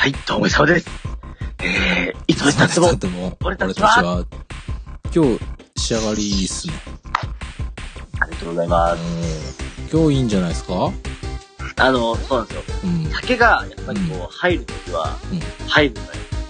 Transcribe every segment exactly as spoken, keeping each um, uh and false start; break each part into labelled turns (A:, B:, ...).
A: 、どうもさまです。えー、いつもたつも、俺たちは、
B: 今日仕上がりいいっすね。
A: ありがとうございます。
B: 今日いいんじゃないですか？
A: あの、そうなんですよ。うん、酒が、やっぱりこう、うん、入るときは、うん、入るんだよ。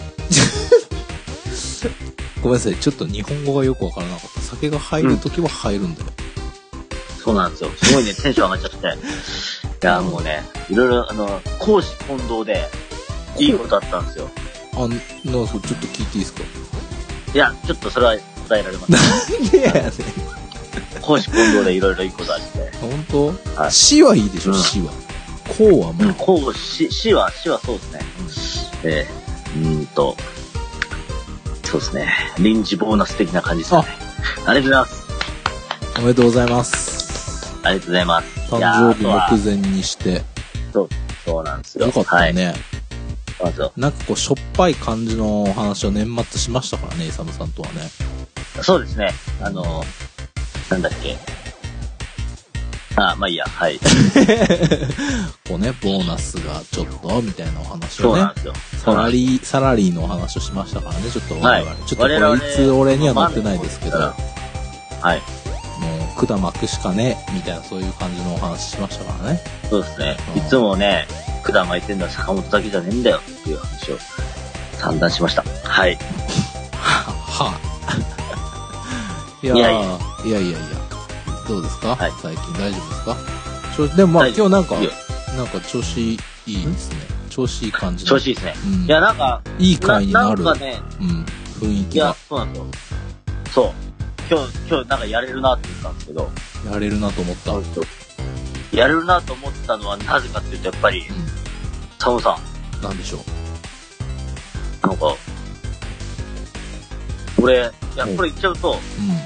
B: ごめんなさい、ちょっと日本語がよくわからなかった。酒が入るときは入るんだよ、
A: うん。そうなんですよ。すごいね、テンション上がっちゃって。いや、もうね、いろいろ、あの、公私混同で、いいことあったんですよ。
B: あ、なんかちょっと聞いていいですか？
A: いや、ちょっとそれは答えられません。
B: なんでやねん。
A: 公私混同でいろいろいいことあって。
B: 本当？はい。死はいいでしょ、うん、死は。公はもう。うん、
A: 公、死、死は、死はそうですね。うん、えー、うーんと、そうですね。臨時ボーナス的な感じですね。ありがとうございます。
B: おめでとうございます。
A: ありがとうございます。
B: 誕生日目前にして。
A: そう、そうなんですよ。
B: よかったね。
A: はい、
B: なんかこう、しょっぱい感じのお話を年末しましたからね、イサムさんとはね。
A: そうですね。あの、なんだっけ。あ、まあいいや、はい。こ
B: うね、ボーナスがちょっと、みたいなお話
A: をね。そう
B: なんですよ。サラリー、サラリーのお話をしましたからね、ちょっと我々。はい、ちょっとこれいつ俺には載ってないですけど。はい。もう、管巻くしかね、みたいなそういう感じのお話しましたからね。
A: そうですね。いつもね、管巻いてんのは坂本だけじゃねえんだよっていう話を散々しました。はい。
B: はぁ。いやいやいやいやいや。どうですか、はい、最近大丈夫ですか？ちょでもまあ今日なんか、なんか調子いいですね。調子いい感じ。
A: 調子いいですね。うん、いやなんか、
B: いい回になる。
A: なんかね、
B: うん、雰囲気が。
A: いや、そうなんですよ。そう。今日、今日なんかやれるなって言ったんですけど。
B: やれるなと思った。
A: やれるなと思ったのはなぜかっていうと、やっぱり、うん、サムさん。
B: なんでしょう。
A: なんか、俺、いや、これ言っちゃうと、うん、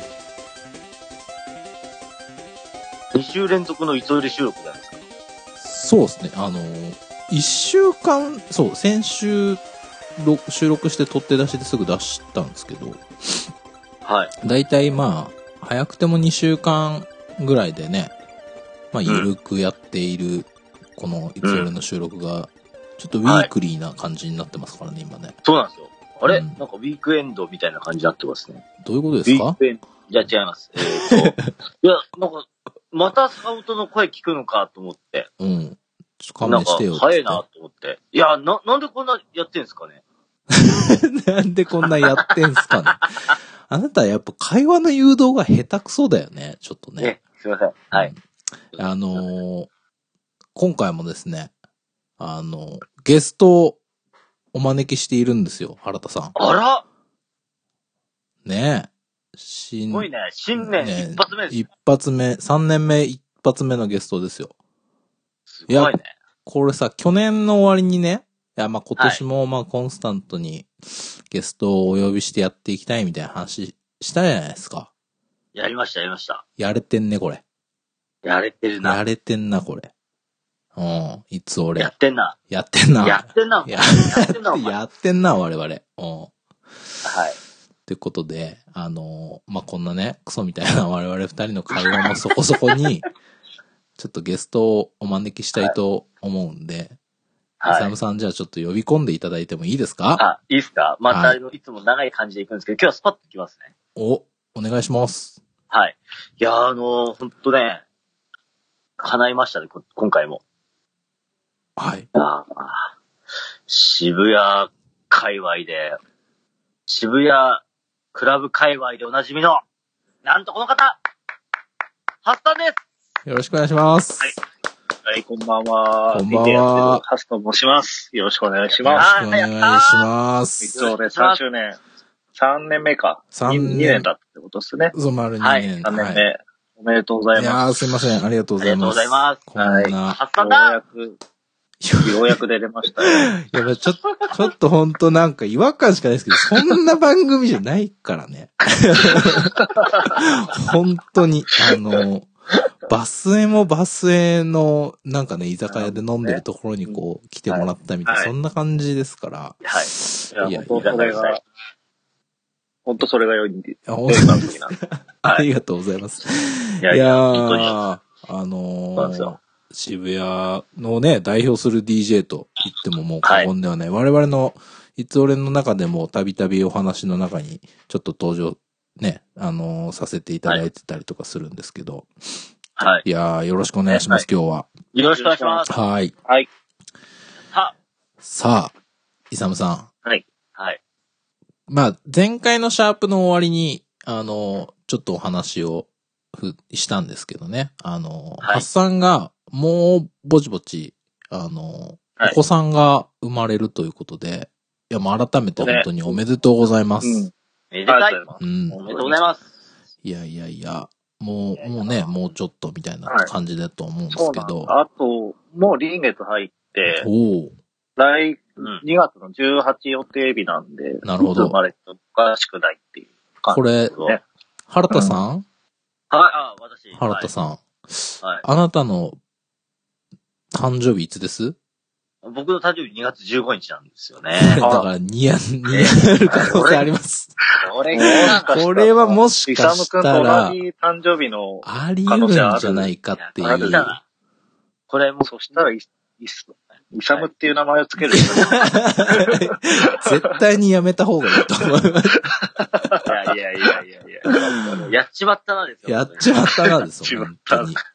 A: に週連続の磯入り収録じゃないですか。
B: そうですね。あのー、いっしゅうかん、そう、先週、収録して取って出しですぐ出したんですけど、
A: はい。
B: だいたいまあ、早くてもにしゅうかんぐらいでね、まあ、ゆるくやっている、このいつ俺の収録が、ちょっとウィークリーな感じになってますからね、今ね。
A: そうなんですよ。あれ、うん、なんかウィークエンドみたいな感じになってますね。
B: どういうことですか？
A: ウィークエンド。いや、違います。えー、っと、いや、なんか、またスカウトの声聞くのかと思って。
B: うん。ちょっと勘弁してよ。
A: なんか、早いなと思って。いや、な、なんでこんなやってんすかね。
B: なんでこんなやってんすかね。あなたはやっぱ会話の誘導が下手くそだよね、ちょっとね。
A: ね、すいません。はい。
B: うん、あのー、今回もですね、あの、ゲストをお招きしているんですよ、原田さん。
A: あら
B: ねえ。
A: すごいね。新年一発目です、ね。
B: 一発目、三年目一発目のゲストですよ。
A: すごいね。いや、
B: これさ、去年の終わりにね、いや、まあ、今年もまあ、コンスタントにゲストをお呼びしてやっていきたいみたいな話したじゃないですか。
A: やりました、やりました。
B: やれてんね、これ。
A: やれてるな。
B: やれてんな、これ。うん。いつ俺。
A: やってんな。
B: やってんな。
A: やってんな。
B: やってんな、やってんな、我々。うん。はい。ってことで、あのー、まあ、こんなね、クソみたいな我々二人の会話もそこそこに、ちょっとゲストをお招きしたいと思うんで、はい。イサムさんじゃあちょっと呼び込んでいただいてもいいですか？
A: あ、いいですか？また、はい、いつも長い感じで行くんですけど、今日はスパッと行きますね。
B: お、お願いします。
A: はい。いやー、あのー、ほんとね、叶いましたね、今回も。
B: はい。
A: あ渋谷界隈で、渋谷クラブ界隈でおなじみの、なんとこの方、ハスタンです。
B: よろしくお願いします。
C: はい。はい、こんばんは。
B: こんばんは。
C: ハスと申します。よろしくお願いします。
B: よろしくお願いします。
C: いつ俺さんしゅうねん。さんねんめか。さんねん。にねんだってことですね。
B: そう、丸にねん。
A: はい。
C: さんねんめ。はい、おめでとうございます。
B: いやー、すいません。ありがとうございます。
A: ありがとうございます。
B: こんな。
A: はい。ハスタンだ。
C: ようやく、ようやく出れましたね。
B: いや、ちょっと、ちょっとほんとなんか違和感しかないですけど、そんな番組じゃないからね。本当に、あの、バスへもバスへの、なんかね、居酒屋で飲んでるところにこう、来てもらったみたいな、はい、そんな感じですから。
A: はい。
C: いや、本当それが、本当それが良いんで。
B: あ、本当ですか。ありがとうございます。
A: いやいや、本当に。
B: あのー、 渋谷のね、代表する ディージェー と言ってももう過言ではない。はい、我々の、いつ俺の中でもたびたびお話の中にちょっと登場、ね、あのー、させていただいてたりとかするんですけど。
A: はい。
B: いやー、よろしくお願いします、はい、今日は。
A: よろしくお願いします。
B: はい。
C: はい。
A: は
B: さあ、イサムさん。
A: はい。はい。
B: まあ、前回のシャープの終わりに、あのー、ちょっとお話をふしたんですけどね。あのー、はい、発散がもうぼちぼち、あのー、はい、お子さんが生まれるということで、いや、もう改めて本当におめでとうございます。ね、うん。
A: めでたい。
B: うん。
A: おめでとうございます。
B: いやいやいや、もう、もうね、もうちょっとみたいな感じだと思うんですけど。
C: はい、あと、もう臨月入って、
B: お
C: 来、にがつのじゅうはち予定日なんで、
B: なるほど。
C: 生まれておかしくないっていう感じですね。
B: これ、原田さん、うん、
A: はい、あ、私。
B: 原田さん。
A: はい。
B: あなたの誕生日いつです？
A: 僕の誕生日にがつじゅうごにちなんですよね。
B: だから似合、似合う可能性あります。
C: これ
B: これはもしかしたら、
C: イサム君と同じ誕生日の
B: あり得るんじゃないかっていう。
C: これもそしたらいいっす。イサムっていう名前をつける。
B: 絶対にやめた方がいいと思います。い
A: やいやいやいやいや。やっちまったなですよ。
B: やっちまったなですよ。本当に。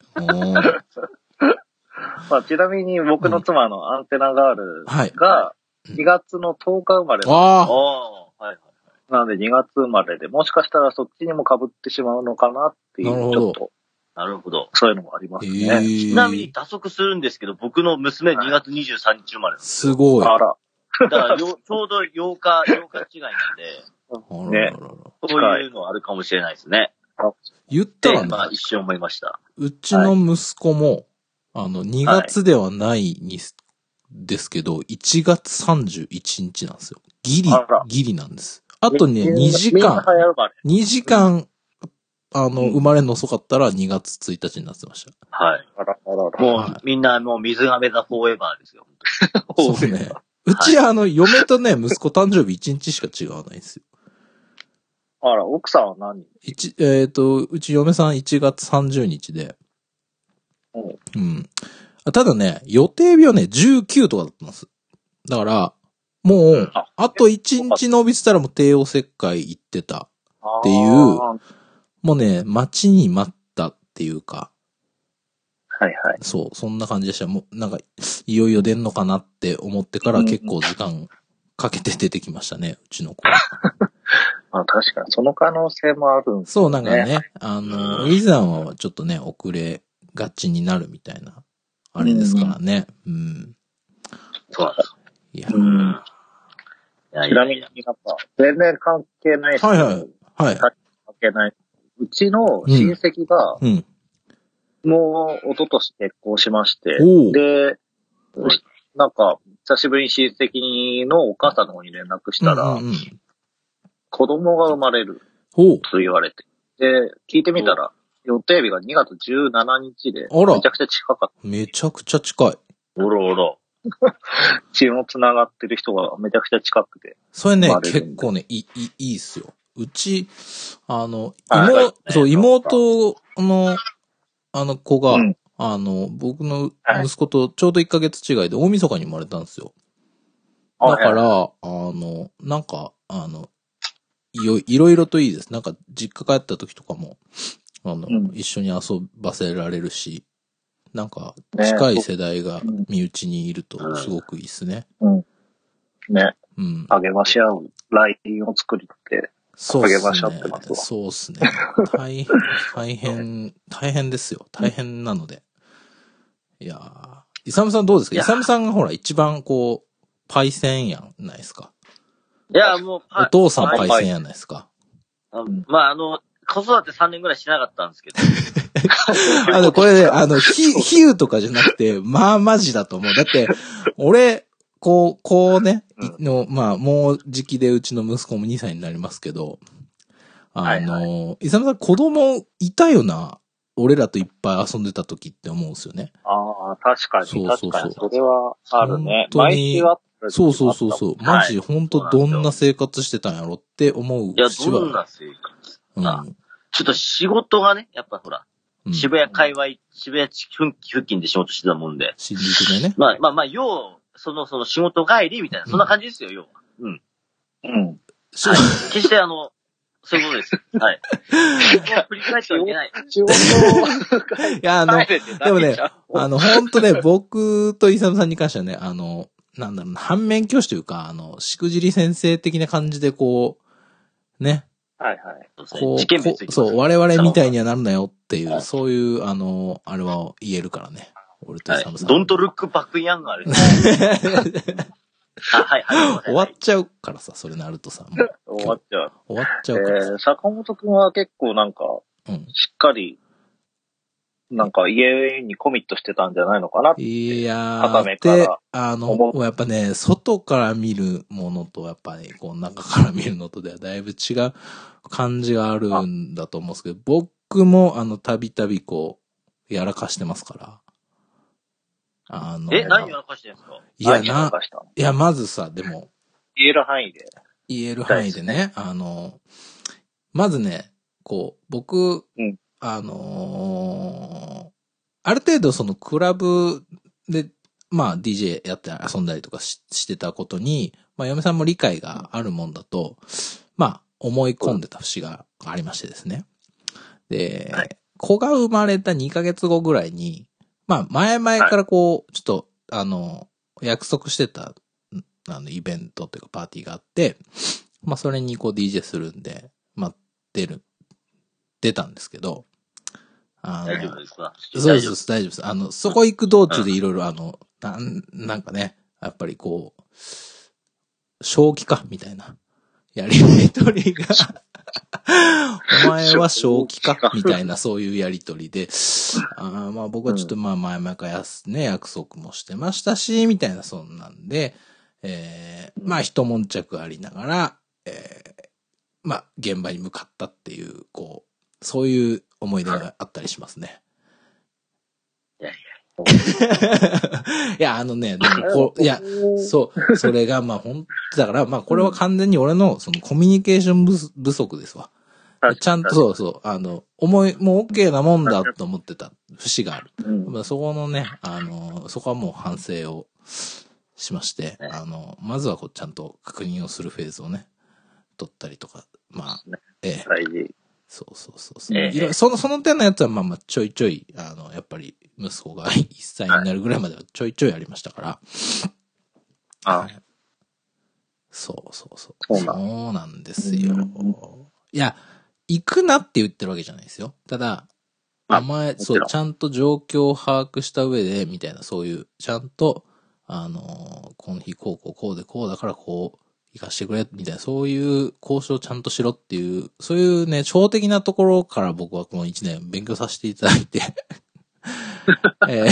C: まあ、ちなみに僕の妻のアンテナガールがにがつのとおか生まれなんです。
B: ああ。
A: はいはい。
C: なのでにがつ生まれで、もしかしたらそっちにも被ってしまうのかなっていう、ちょっと。
A: なるほど。
C: そういうのもありますね。
B: えー、
A: ちなみに打足するんですけど、僕の娘にがつにじゅうさんにち生まれです。
B: すごい。
C: あら。
A: だからちょうどようか、ようか違いなんで、ね。そういうのあるかもしれないですね。
B: 言ったらね、
A: まあ、一瞬思いました。
B: うちの息子も、はい、あの、にがつではないに、はい、ですけど、いちがつさんじゅういちにちなんですよ。ギリ、ギリなんです。あとね、にじかん、にじかん、あの、うん、生まれの遅かったらにがつついたちになってました。
A: はい。もう、はい、みんなもう水亀座フォーエバーですよ。
B: そうね。うち、はい、あの、嫁とね、息子誕生日いちにちしか違わないんですよ。
C: あら、奥さんは何
B: 日えっ、ー、と、うち嫁さんいちがつさんじゅうにちで。
C: うん。
B: うん。ただね、予定日はね、じゅうくとかだったんです。だから、もう、あといちにち伸びてたらもう帝王切開行ってたっていう、もうね、待ちに待ったっていうか。
C: はいはい。
B: そう、そんな感じでした。もう、なんか、いよいよ出んのかなって思ってから結構時間かけて出てきましたね、うちの子は。
C: あ、確かに、その可能性もあるんですね。
B: そう、なんかね、あの、ウィザンはちょっとね、遅れがちになるみたいな、あれですからね。うん。うん、
A: そうなんです。
B: いや。
C: うん。ちなみに、なんか、全然関係ないですけど、
B: はいはい。はい。
C: 関係ない。うちの親戚が、
B: うん。
C: もう、一昨年結婚しまして、
B: うん、
C: で、なんか、久しぶりに親戚のお母さんの方に連絡したら、
B: うんうんうん、
C: 子供が生まれると言われて、で、聞いてみたら、予定日がにがつじゅうしちにちで、めちゃくちゃ近かった。
B: めちゃくちゃ近い。
A: おろおろ。
C: 血の繋がってる人がめちゃくちゃ近くて。
B: それね、結構ね、いい、いいっすよ。うち、あの、妹、そう、妹の、あの子が、うん、あの、僕の息子とちょうどいっかげつ違いで大晦日に生まれたんですよ。だから、あの、なんか、あの、いろいろいろといいです。なんか、実家帰った時とかも、あの、うん、一緒に遊ばせられるし、なんか、近い世代が身内にいるとすごくいいですね。
C: うん。ね。
B: うん。
C: 励まし合うラインを作りって、励まし合ってますわ。
B: そうっすね。大変、大変、大変ですよ。大変なので。いやー。イサムさんどうですか？イサムさんがほら、一番こう、パイセンやんないですか。
A: いや、もう、
B: お父さんパイセンやないですか。
A: うん、まあ、あの、子育てさんねんぐらいしなかったんですけど。
B: あの、これね、あの、ひ、比喩とかじゃなくて、まあマジだと思う。だって、俺、こう、こうね、うん、の、まあ、もう時期でうちの息子もにさいになりますけど、あの、はいはい、イサムさん子供いたよな。俺らといっぱい遊んでた時って思うんですよね。
C: ああ、確かに。
B: そうそうそう。
C: 確かにそれはあるね。
B: 毎週あった
C: そう
B: そうそうそう。マジ、ほんとどんな生活してたんやろって思う
A: しは。いや、どんな生活、うん、ちょっと仕事がね、やっぱほら、 渋谷界隈、渋谷付近で仕事してたもんで。
B: 新宿でね。
A: まあまあまあ、要、その、その仕事帰りみたいな、そんな感じですよ、要は。うん。うん。はい。決してあの、そういうことです。はい。振り返ってはいけない。
B: いや、あの、でもね、あの、ほんとね、僕とイサムさんに関してはね、あの、なんだろうな、反面教師というか、あの、しくじり先生的な感じでこう、ね。
C: はいはい。
B: こう、こうそう、我々みたいにはなるなよっていう、はい、そういう、あの、あれは言えるからね。俺とイサムさん。
A: ドントルックバックヤンガーですね。あ、はい、はい。
B: 終わっちゃうからさ、それなるとさ。
C: 終わっちゃう。
B: 終わっちゃうからさ。
C: えー、坂本くんは結構なんか、うん、しっかり、なんか家にコミットしてたんじゃないのかなって。
B: いやー、で、あの、やっぱね、外から見るものと、やっぱり、こう、中から見るのとではだいぶ違う感じがあるんだと思うんですけど、僕も、あの、たびたびこう、やらかしてますから。
A: あの、え、何やらかしてんすか？
B: いや、な、いや、まずさ、でも。
C: 言える範囲で。
B: 言える範囲でね、ねあの、まずね、こう、僕、うん、あのー、ある程度そのクラブで、まあ ディージェー やって遊んだりとか し, してたことに、まあ嫁さんも理解があるもんだと、まあ思い込んでた節がありましてですね。で、はい、子が生まれたにかげつごぐらいに、まあ前々からこう、ちょっと、あの、約束してた、あの、イベントというかパーティーがあって、まあそれにこう ディージェー するんで、まあ出る、出たんですけど、
A: あの大丈夫ですか？
B: そうです、大丈夫です。あの、そこ行く道中でいろいろあの、なん、なんかね、やっぱりこう、正気かみたいな、やりとりが、お前は正気かみたいなそういうやりとりで、あまあ僕はちょっとまあ前々からやすね、約束もしてましたし、みたいなそんなんで、えー、まあ一悶着ありながら、えー、まあ現場に向かったっていう、こう、そういう思い出があったりしますね。
A: いやい
B: や。いや、あのね、でもこう、いや、そう、それがまあ本当だから、まあこれは完全に俺のそのコミュニケーション不足ですわ。ちゃんとそうそう、あの、思い、もう OK なもんだと思ってた節がある。うん、そこのね、あの、そこはもう反省をしまして、ね、あの、まずはこうちゃんと確認をするフェーズをね、取ったりとか、まあ、ええ。
C: 大事。
B: そうそうそうそう、ええいろ。その、その点のやつはまあまあちょいちょい、あの、やっぱり息子がいっさいになるぐらいまではちょいちょいありましたから。
C: ああ、
B: はい。そうそうそう。そうなんですよ。いや、行くなって言ってるわけじゃないですよ。ただ、お前、そう、ちゃんと状況を把握した上で、みたいな、そういう、ちゃんと、あの、この日こうこうこうでこうだからこう、行かしてくれ、みたいな、そういう交渉をちゃんとしろっていう、そういうね、超的なところから僕はこの一年勉強させていただいて、えー、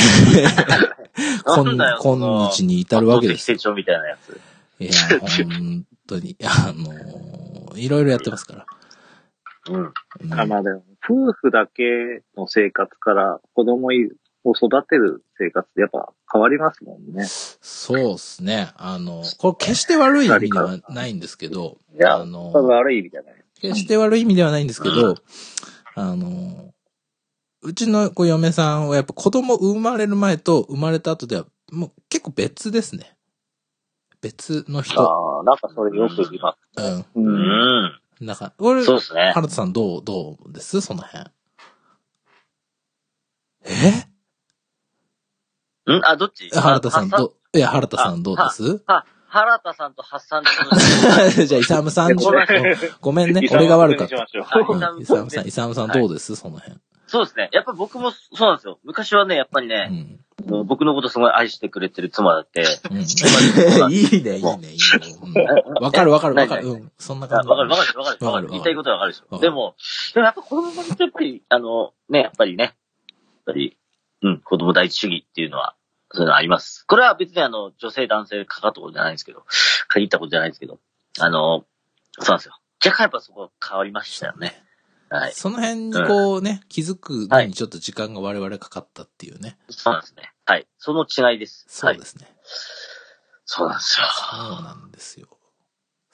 B: 今、今日に至るわけです。
A: 成長みたいなやつ。
B: いや、本当に、あの、いろいろやってますから。
C: うん。うん、あ、まあでも、夫婦だけの生活から子供を育てる生活ってやっぱ変わりますもんね。
B: そうですね。あの、これ決して悪い意味ではないんですけど、
C: いや、あの、悪い意味じゃない。
B: 決して悪い意味ではないんですけど、うん、あの、うちのこう嫁さんはやっぱ子供生まれる前と生まれた後ではもう結構別ですね。別の人。
C: ああ、なんかそれよく言います、
B: ね。うん。うん。なんか、俺、
A: そうですね。
B: 原田さんどう、どうですその辺。え
A: んあ、どっち
B: 原田さんど、いや、原田さんどうです
A: あ、原田さんとハッサン
B: じゃあ、イサムさん、ごめんね。俺が悪かった。イサムさん、イサムさんどうです、はい、その辺。
A: そうですね。やっぱ僕もそうなんですよ。昔はね、やっぱりね、うん、僕のことすごい愛してくれてる妻だって。うん、
B: いいね、いいね、いいね。わ、うん、かるわかるわかる。うん。そんな感じ。
A: わかるわかるわかる。わかる。言いたいことはわかるでしょ。でも、でもやっぱ子供ってやっぱり、あの、ね、やっぱりね、やっぱり、うん、子供第一主義っていうのは、そういうのあります。これは別にあの、女性男性かかったことじゃないんですけど、限ったことじゃないんですけど、あの、そうなんですよ。若干やっぱそこ変わりましたよね。はい。
B: その辺にこうね、うん、気づくのにちょっと時間が我々かかったっていうね。
A: そうなんですね。はい。その違いです。
B: そうですね。はい、
A: そうなんですよ。
B: そうなんですよ。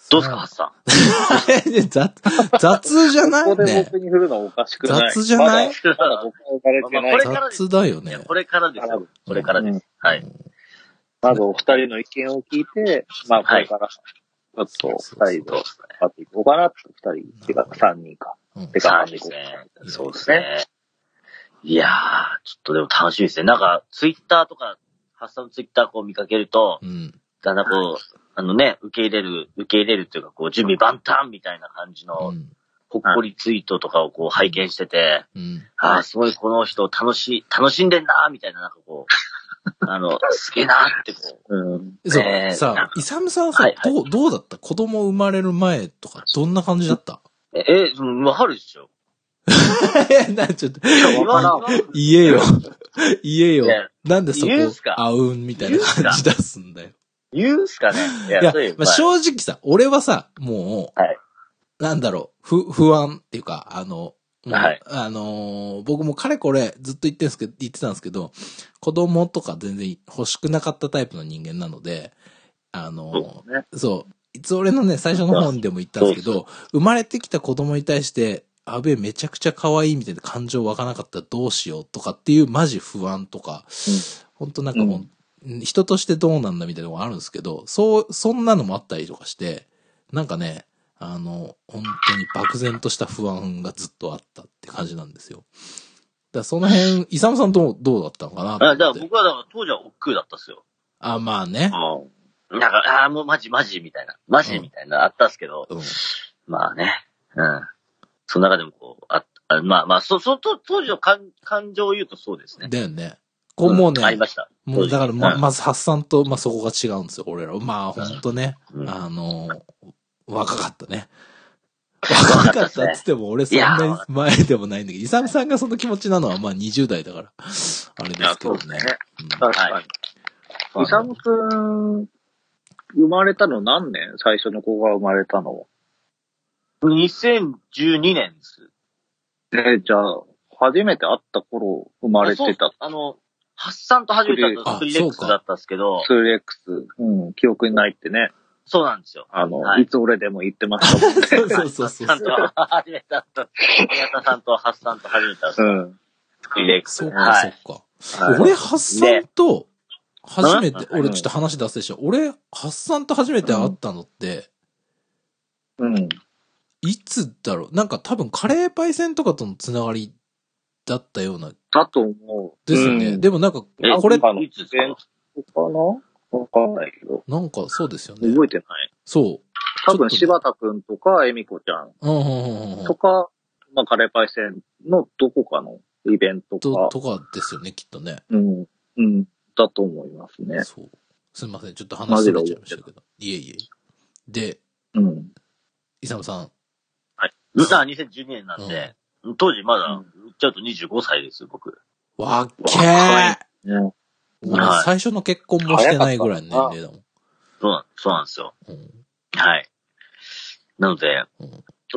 A: どうですか、ハッサ
B: ン。雑、雑じゃない
C: ここで僕に振るのおかしくない。
B: 雑じゃない、
C: まだ、まだ僕は生まれてない。
A: これからです。
B: 雑だよね。
A: これからですよ。これからです。うん、はい。
C: まずお二人の意見を聞いて、まあこれから、ちょっと二人と会っていこうかなって、二人、っていうか三人か。って感じですね。
A: そうですね。いやー、ちょっとでも楽しみですね。なんか、ツイッターとか、ハッサンのツイッターこう見かけると、うん、だんだんこう、あのね、受け入れる、受け入れるっていうか、こう、準備万端みたいな感じの、ほっこりツイートとかをこう拝見してて、うん、ああ、すごいこの人楽しい、楽しんでんなーみたいな、なんかこう、あの、すげえなーってこう。うん、
B: そう、えー、さあ、イサムさんさ、はいはい、どう、どうだった？子供生まれる前とか、どんな感じだった？
A: え、え、わかるでしょ？
B: な、ちょっと、言えよ。言えよ。なんでそこ、あうんみたいな感じ出すんだよ。
A: 言うんすかね。
B: いや、いやまあ、正直さ、俺はさ、もう、はい、なんだろう、不、不安っていうか、あの、はい、あのー、僕もかれこれずっと言ってんすけど、言ってたんですけど、子供とか全然欲しくなかったタイプの人間なので、あのー、そう、ね、そう、いつ俺のね、最初の本でも言ったんですけど、生まれてきた子供に対して、あべえめちゃくちゃ可愛いみたいな感情湧かなかったらどうしようとかっていうマジ不安とか、うん、本当なんかもう、うん、人としてどうなんだみたいなのがあるんですけど、そう、そんなのもあったりとかして、なんかね、あの、本当に漠然とした不安がずっとあったって感じなんですよ。だからその辺、イサムさんとどうだったのかなと思って。
A: あ、だから僕はだから当時は億劫だったっすよ。
B: あ、まあね。
A: うん。なんか、ああ、もうマジマジみたいな。マジみたいな、うん、あったっすけど、うん、まあね。うん。その中でもこう、あ、あまあまあ、そ、そ、当時の感、感情を言うとそうですね。
B: だよね。こうもうね、うん、
A: ありました。
B: もうだからま、うん、まず発散と、まあそこが違うんですよ、俺ら。まあほんとね、うん、あの、若かったね。若かったっつっても俺そんなに前でもないんだけど、イサムさんがその気持ちなのはまあにじゅう代だから、あれですけどね。ね
C: うん、確かに。イサムくん、生まれたの何年？最初の子が生まれたの。
A: にせんじゅうにねんです。
C: えー、じゃあ、初めて会った頃生まれてた。
A: あの、ハッサンと初めて会ったのスリーレックスだったんですけど。
C: スリーレックス。うん、記憶にないってね。
A: そうなんですよ。
C: あの、はい、いつ俺でも言ってましたもんね。
B: そうそうそうそう。
A: ハッサンと初めて会った。宮田さんとハッサンと初めて会った。うん。スリーレックス。
B: そうか、はい、そうか。はい、俺、ハッサンと初めて、俺ちょっと話出すでしょ。俺、ハッサンと初めて会ったのって、
C: うん。うん
B: いつだろうなんか多分カレーパイセンとかとのつながりだったような。
C: だと思
B: う。ですよね。うん、でもなんか、これ、
C: いつかなわかんないけど。
B: なんかそうですよね。
C: 覚えてない。
B: そう。
C: 多分柴田くんとか、恵美子ちゃん。とか、まあカレーパイセンのどこかのイベントか。
B: とかですよね、きっとね。
C: うん。うん。だと思いますね。
B: そう。すみません。ちょっと話しれちゃいましたけど。いえいえ。で、
C: うん。
B: イサムさん。
A: はい。あ、にせんじゅうにねんなんで、うん、当時まだ、言っちゃうとにじゅうごさいですよ、僕。
B: わっけー。うんはい、最初の結婚もしてないぐらいの年齢だもん。
A: そうなん、そうなんですよ。うん、はい。なので、うん、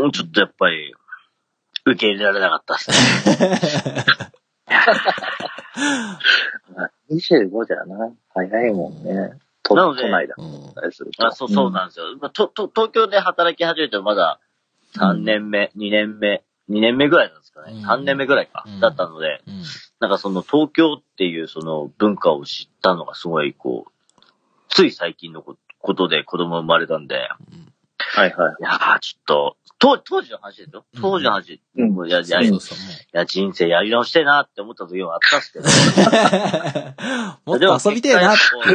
A: ちょっとやっぱり、受け入れられなかったですね。
C: にじゅうごじゃな。早いもんね。都内だ。うん、
A: あそう、そうなんですよ。うん、とと東京で働き始めてまださんねんめ、うん、にねんめ、にねんめぐらいなんですかね。うん、さんねんめぐらいか。うん、だったので、うん、なんかその東京っていうその文化を知ったのがすごいこう、つい最近のことで子供生まれたんで、うん、
C: はいはい。
A: いやーちょっと、当当時の話ですよ。当時の話。うん、もういや、いや、いや、人生やり直してなって思った時はあったんですけど。
B: もっと遊びてえなって、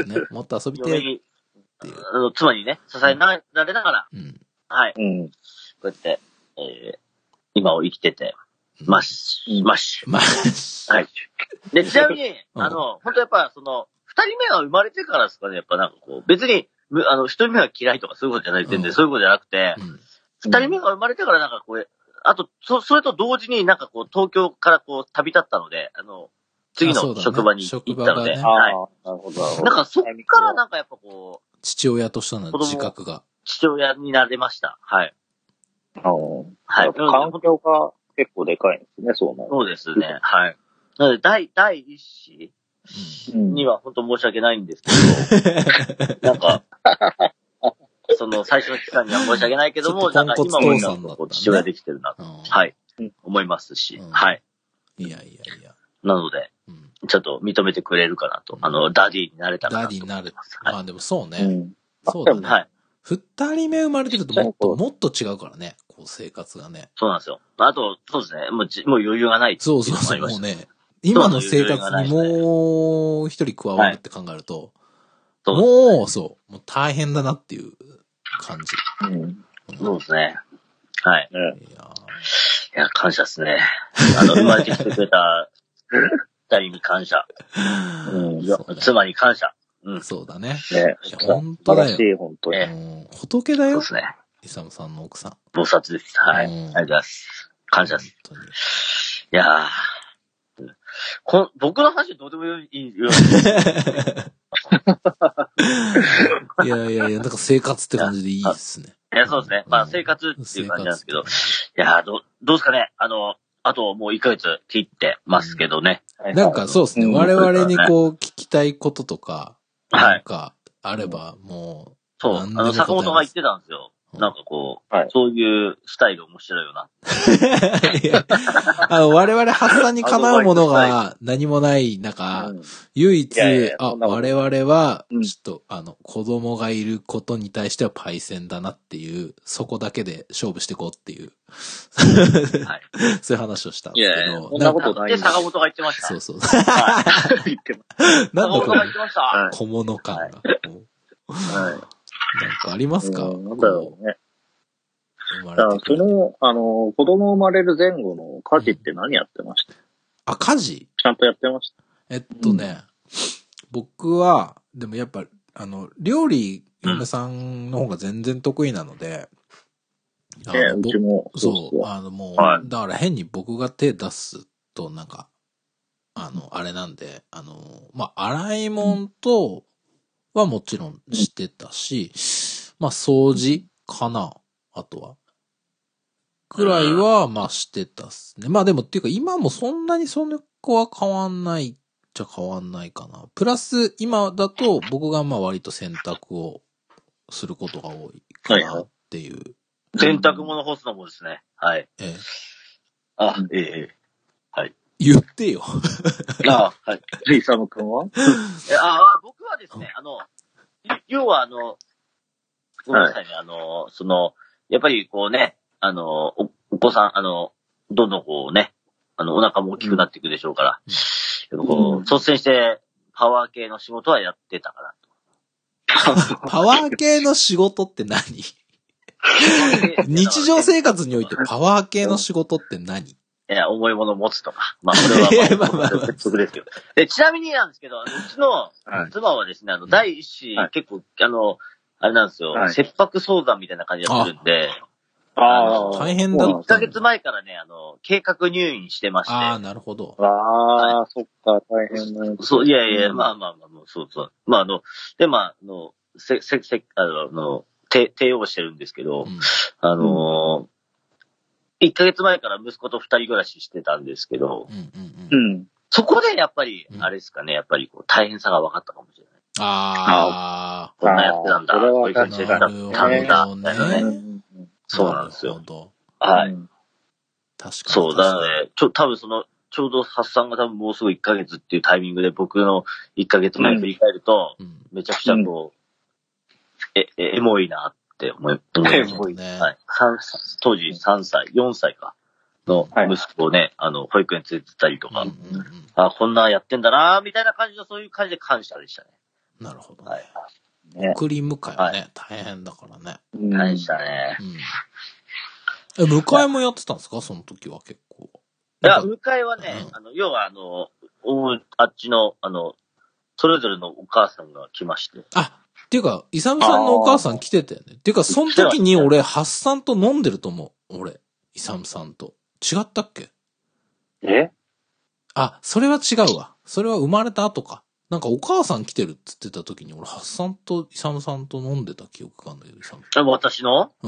B: ね。もっと遊びてえっていう。
A: あの、妻にね、支えられながら、うん、はい、
C: うん。
A: こうやって、えー、今を生きてて、まし、まし。
B: まし。
A: はい。で、ちなみに、あの、本当やっぱ、その、二人目が生まれてからですかね、やっぱなんかこう、別に、あの、一人目が嫌いとかそういうことじゃない点で、うん、そういうことじゃなくて、うん二人目が生まれてからなんかこう、あと、そ、それと同時になんかこう、東京からこう、旅立ったので、あの、次の職場に行ったので、
B: ね、
A: はい。
C: なるほど。
A: なんかそっからなんかやっぱこう、
B: 父親としての自覚が。
A: 父親になれました。はい。
C: あはい。環境が結構でかいんですね、そうなる。
A: そうですね、はい。なので、第、第一子には本当申し訳ないんですけど、なんか、 その最初の期間には申し訳ないけども、なんか今もなんかこう父親できてるなと、はい、思いますし、はい。
B: いやいやいや。
A: なので、ちょっと認めてくれるかなと。あの、ダディになれたかなと。
B: ダディになる。まあでもそうね。そうだね。はい。二人目生まれてるともっと、もっと違うからね。こう生活がね。
A: そうなんですよ。あと、そうですね。もうじ、もう余裕がない。
B: そうそうそう。もうね、今の生活にもう一人加わるって考えると、はい、もうそう、もう大変だなっていう感じ。
A: うん。そうですね。はい。いや、いや感謝ですね。あの、生まれてきてくれた二人に感謝。うん、妻に感謝。
B: うん。そうだね。
C: ね。
B: 本当だよ。
C: 素晴らしい、本当に。うん、
B: 仏だよ。
A: そうですね。
B: イサムさんの奥さん。
A: 菩薩です。はい。ありがとうございます。感謝です。本当に。いやー。こ僕の話はどうでもいい。い
B: やいやいや、なんか生活って感じでいいですね。
A: いや、そうですね。まあ生活っていう感じなんですけど。いやー、ど、どうですかね。あの、あともういっかげつ切ってますけどね。
B: うん、なんかそうですね。我々にこう聞きたいこととか、なんかあればもう。
A: そう。あの、坂本が言ってたんですよ。なんかこう、はい、そういうスタイル面白いよな。
B: いやあの我々発散にかなうものが何もない中、うん、唯一、いやいやあ、我々は、ちょっと、うん、あの、子供がいることに対してはパイセンだなっていう、そこだけで勝負していこうっていう、はい、そういう話をしたんですけど。いやいや
C: そんなことない。
A: で、坂本が言ってました。
B: そうそう。
A: はい、言ってました。
B: なんだ
A: 坂本が言ってました。
B: 小物感が。はい
C: はい
B: なんかありますか？
C: なんだろうね。だからその、あの、子供生まれる前後の家事って何やってました？うん、
B: あ、家事？
C: ちゃんとやってました。
B: えっとね、うん、僕は、でもやっぱ、あの、料理、嫁さんの方が全然得意なので、
C: うん、え、うちも
B: そう、あのもう、はい、だから変に僕が手出すとなんか、あの、あれなんで、あの、まあ、洗い物と、はもちろんしてたし、まあ掃除かな、あとは。くらいは、まあしてたっすね。まあでもっていうか今もそんなにその子は変わんないっちゃ変わんないかな。プラス今だと僕がまあ割と洗濯をすることが多いかなっていう。はい
A: はい、洗濯物干すのもですね。はい。
B: ええ。
A: あ、ええ。はい。
B: 言ってよ。
A: あはい。
C: リーサム君は
A: えあ僕はですね、あの、要はあの、ごめんなさいね、はい、あの、その、やっぱりこうね、あの、お、お子さん、あの、どんどんこうね、あの、お腹も大きくなっていくでしょうから、うん、こう、率先してパワー系の仕事はやってたかな
B: と。パワー系の仕事って何？日常生活においてパワー系の仕事って何？
A: いや、重いものを持つとか。まあ、これはまあ、まあまあまあ、説得ですよ。で、ちなみになんですけど、うちの妻はですね、あの、第一子、はい、結構、あの、あれなんですよ、はい、切迫早産みたいな感じやってるんで、
B: ああ、大変だった。
A: いっかげつまえからね、あの、計画入院してまして。
B: ああ、なるほど。
C: ああ、はい、そっか、大変だ、ね。
A: そう、いやいや、まあまあまあ、そうそう。まあ、あの、で、まあ、あの、せ、せ、せ、あの、の帝、帝王してるんですけど、うん、あのー、いっかげつまえから息子と二人暮らししてたんですけど、
B: うんうんうん、
A: そこでやっぱり、あれですかね、やっぱりこう大変さが分かったかもしれない。
B: ああ。
A: こんなやってたんだ。こういう感じでやったん
B: だ。
A: ね。そうなんですよ。はい。
B: 確かに。
A: そう、だからね、ちょ、多分その、ちょうど発散が多分もうすぐいっかげつっていうタイミングで僕のいっかげつまえ振り返ると、うん、めちゃくちゃこう、うん、え、え、エモいなって思い、思いますね。はい。当時さんさい、よんさいか。の息子をね、はい、あの、保育園連れてったりとか、うんうんうん、あ、こんなやってんだなみたいな感じの、そういう感じで感謝でしたね。
B: なるほど、ね。
A: はい。
B: 送り迎えはね、はい、大変だからね。
A: 大変でしたね。
B: うん、え、迎えもやってたんですかその時は結構。
A: いや、迎えはね、うん、あの、要はあの、あっちの、あの、それぞれのお母さんが来まして。
B: あ、っていうか、イサムさんのお母さん来てたよね。っていうか、その時に俺、ハッサンと飲んでると思う。俺、イサムさんと。違ったっけ？
C: え？
B: あ、それは違うわ。それは生まれた後か。なんかお母さん来てるって言ってた時に、俺、ハッサンとイサムさんと飲んでた記憶があるんだけど、イサム
A: さん。私の？
B: うん。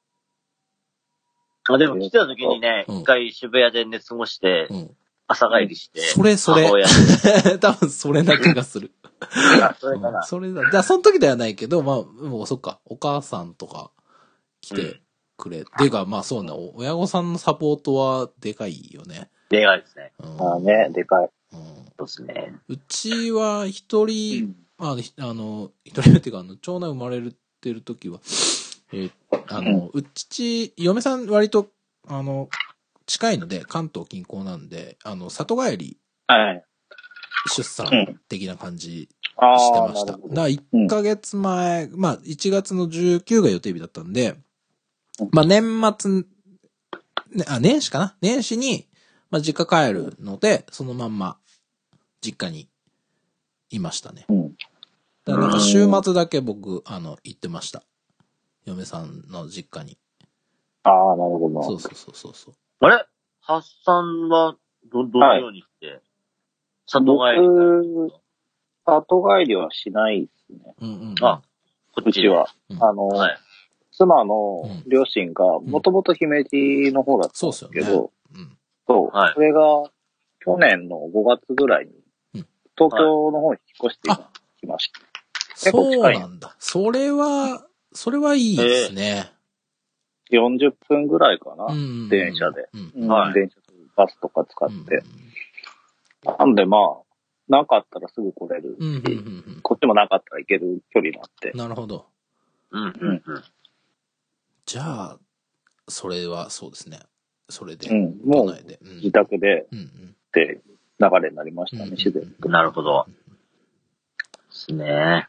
A: あ、でも来てた時にね、一、うん、回渋谷で寝過ごして、うん、朝帰りして。
B: それそれ。多分それな気がする。
A: あ、それかな。
B: それだ。じゃあ、その時ではないけど、まあ、もうそっか、お母さんとか来てくれ。ていうか、まあそうね、親御さんのサポートはでかいよね。
A: でかいですね。
B: うん、
C: まあね、でかい。
B: うん、
A: そうですね。
B: うちは一人、あの、あの、一人目っていうか、あの、長男生まれてる時は、えー、あの、うち、嫁さん割と、あの、近いので、関東近郊なんで、あの、里帰り、
C: はい。
B: 出産的な感じしてました。だからいっかげつまえ、まあいちがつのじゅうくが予定日だったんで、まあ年末、ね、あ、年始かな年始に、まあ実家帰るので、そのまんま、実家にいましたね。だからなんか週末だけ僕、あの、行ってました。嫁さんの実家に。
C: ああ、なるほど。
B: そうそうそうそう。
A: あれハッサンは、ど、どのようにして、はい、里帰り
C: 僕、里帰りはしないですね。
B: うんうん、うん。
A: あ、こっち
C: うちは。
B: うん、
C: あの、はい、妻の両親が、もともと姫路の方だったんですけど、そうですよね。うん、そう、はい、それが、去年のごがつぐらいに、東京の方に引っ越してきました。
B: 結構近い。そうなんだ。それは、それはいいですね。
C: よんじゅっぷんぐらいかな。うん、電車で。うんうん、はい、電車とバスとか使って。うん、なんでまあ、なかったらすぐ来れるし、うんうんうんうん、こっちもなかったら行ける距離になって。
B: なるほど。
A: うんうんうん。
B: じゃあ、それはそうですね。それで。
C: うん、もう、自宅で、うんうん、って流れになりましたね、自然と。
A: なるほど。ですね。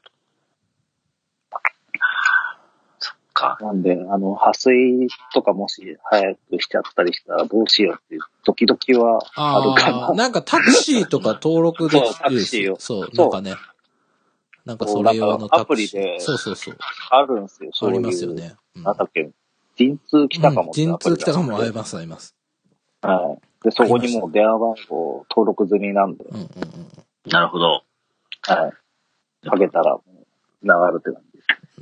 A: そっか。
C: なんで、あの、破水とかもし早くしちゃったりしたらどうしようっていう時々はあるかな。
B: なんかタクシーとか登録できる。
C: そう、タクシーを。
B: そう、なんかね。なんかそれ用のタクシー。アプリで。そうそうそう。
C: あるんですよ、そういう。
B: ありますよね。
C: うん、なんだっけ。陣痛来たかも、
B: うん、陣痛来たかもあります、あります。
C: はい。で、そこにもう電話番号登録済みなんで。
B: うんうんうん。
A: なるほど。
C: はい。かけたら、流るって感じです。うん。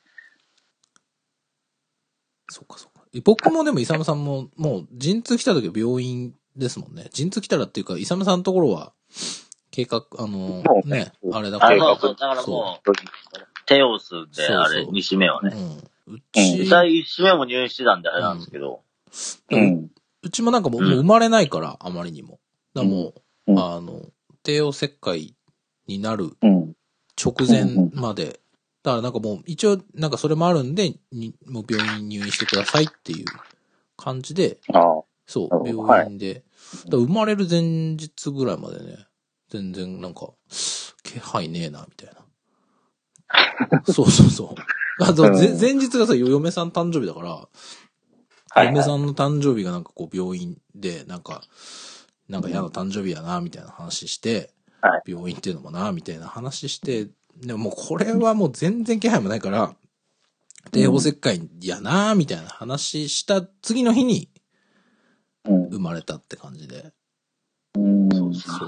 B: そっかそっか。僕もでも、イサムさんも、もう、陣痛来た時は病院ですもんね。陣痛来たらっていうか、イサムさんのところは、計画、あのー、ね、あれだから。
A: そうそう、だからもう、手を吸って、あれ、にしめはね。うん。うち、最いちめも入院してたんであれなんですけど。
B: うん。うちもなんかもう、もう生まれないから、あまりにも。だからもう、うん、あの、帝王切開になる直前まで、だからなんかもう、一応、なんかそれもあるんで、にもう病院に入院してくださいっていう感じで、そう、病院で、だ生まれる前日ぐらいまでね、全然なんか、気配ねえな、みたいな。そうそうそう。あと、前日がさ、嫁さん誕生日だから、はいはい、嫁さんの誕生日がなんかこう病院で、なんか、なんか嫌な誕生日やな、みたいな話して、はい、病院っていうのもな、みたいな話して、でももうこれはもう全然気配もないから、帝王切開やな、みたいな話した次の日に、生まれたって感じで。
C: うん、
B: そうそう。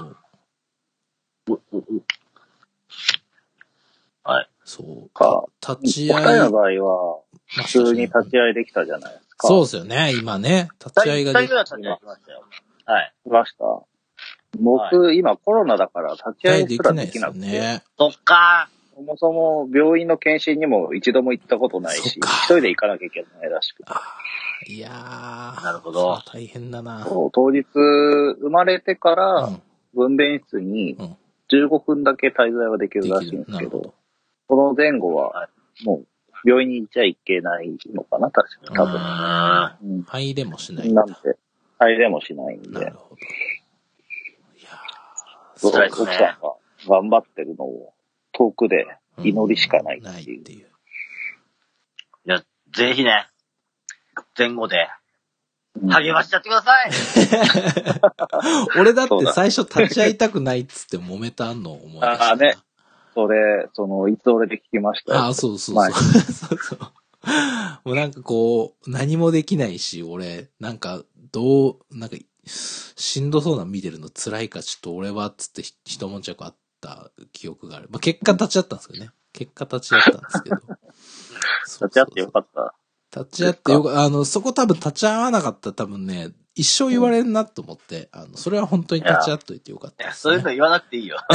A: はい。
B: そう
C: か。
B: 立ち会い。
C: お二人の場合は、普通に立ち会いできたじゃないですか。
B: そうですよね、今ね。立ち会いが
A: できた。立ち会いしましたよ。はい。
C: しました。僕、はい、今コロナだから立ち会いすらできなくて。
B: ね、
A: そっか
C: ー。そもそも病院の検診にも一度も行ったことないし、一人で行かなきゃいけないらしくて。
B: いやー。
A: なるほど。
B: 大変だな。
C: そう、当日、生まれてから、分娩室にじゅうごふんだけ滞在はできるらしいんですけど、どこの前後は、もう、病院に行っちゃいけないのかな、確かに。多分。
B: うん、入れもしないんだ。
C: なんて、入れもしないんで。
B: なるほど。
C: いやー、そう、奥さんが頑張ってるのを遠くで祈りしかないっていう。うん、ないっていう。
A: いや、ぜひね、前後で、励ましちゃってください、
B: うん、俺だって最初立ち会いたくないっつって揉めたのを思い出した。
C: ああね。それ、その、いつ俺で聞きましたよ。
B: ああ、そうそうそう。そうそう。もうなんかこう、何もできないし、俺、なんか、どう、なんか、しんどそうな見てるの辛いか、ちょっと俺は、つって一悶着あった記憶がある。まあ、結果立ち会ったんですけどね。結果立ち会ったんですけど。
C: 立ち会ってよかった。
B: 立ち会ってよかった。あの、そこ多分立ち会わなかったら多分ね、 一生言われるなと思って、あの、それは本当に立ち会っといてよかったです、
A: ね、そういうの言わなくていいよ。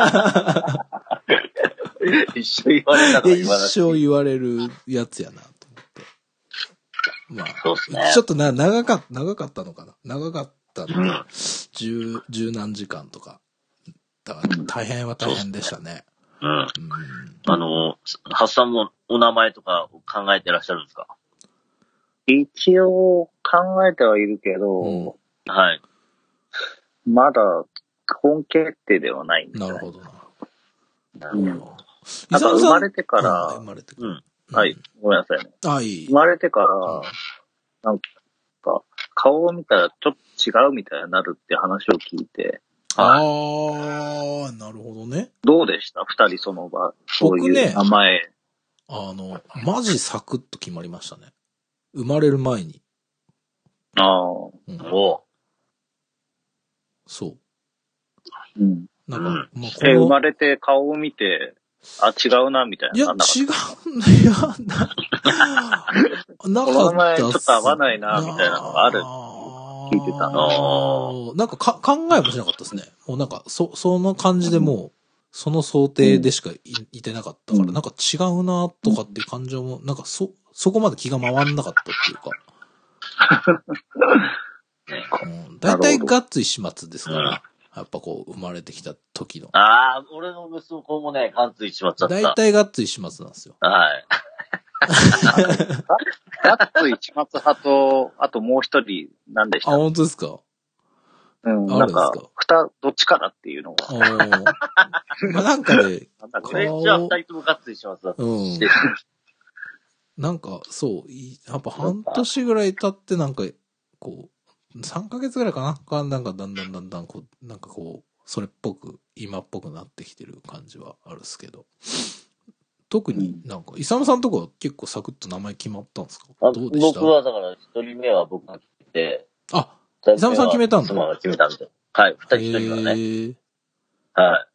A: 一生言われるなとか言わなくていい。
B: 一生言われるやつやなと思って。まあ、
A: そうですね。
B: ちょっとな、長かった、長かったのかな長かったんで、うん、十、十何時間とか。だから大変は大変でしたね。
A: うん。うん、あの、ハッサンもお名前とか考えてらっしゃるんですか？
C: 一応考えてはいるけど、うん、
A: はい。
C: まだ本決定ではないんです、ね。
B: なるほどな。
A: なるほど。うん、なんか
C: 生まれてから、
B: 生まれてから、
C: うん、はい、ごめんなさいね。
B: あ、いい。
C: 生まれてから、うん、なんか顔を見たらちょっと違うみたいになるって話を聞いて。
B: ああ、なるほどね。
C: どうでした二人その場。そういう名前。
B: ね、あの、マジサクッと決まりましたね。生まれる前に。
C: ああ。
B: うん、
A: お
B: そう。
C: うん。
B: なんか、うん、
C: まあ、このえ、生まれて顔を見て、あ、違うな、みたいな。
B: いや、違う、いや、な、なかった。
C: この前ちょっと合わないな、みたいなのがある。聞いてた
B: の。なんかか考えもしなかったですね。もうなんか、そ、その感じでもう、その想定でしか い,、うん、いてなかったから、なんか違うな、とかっていう感情も、なんかそ、そこまで気が回んなかったっていうか。うん、だいたいガッツ石松ですから、うん、やっぱこう、生まれてきた時の。
A: ああ、俺の息子もね、ガッツ石松だった。
B: だいたいガッツ石松なんですよ。
A: はい。
C: ガッツ石松派と、あともう一人、何でした？
B: あ、本当ですか？
C: うん、なんか、二、どっちかだっていうのが。
B: まあなんかね、
A: 俺んちは二人ともガッツ石松だった。うん。
B: なんか、そう、やっぱ半年ぐらい経ってなんか、こう、さんかげつぐらいかなか、なんかだんだんだんだんこう、なんかこう、それっぽく、今っぽくなってきてる感じはあるんですけど。特になんか、イサムさんとか結構サクッと名前決まったんですか？どうでした？
A: 僕はだから一人目は僕が決めて。
B: あ、イサムさん決めたんだ。
A: 妻が決めたんで。はい、二人一人はね。はい。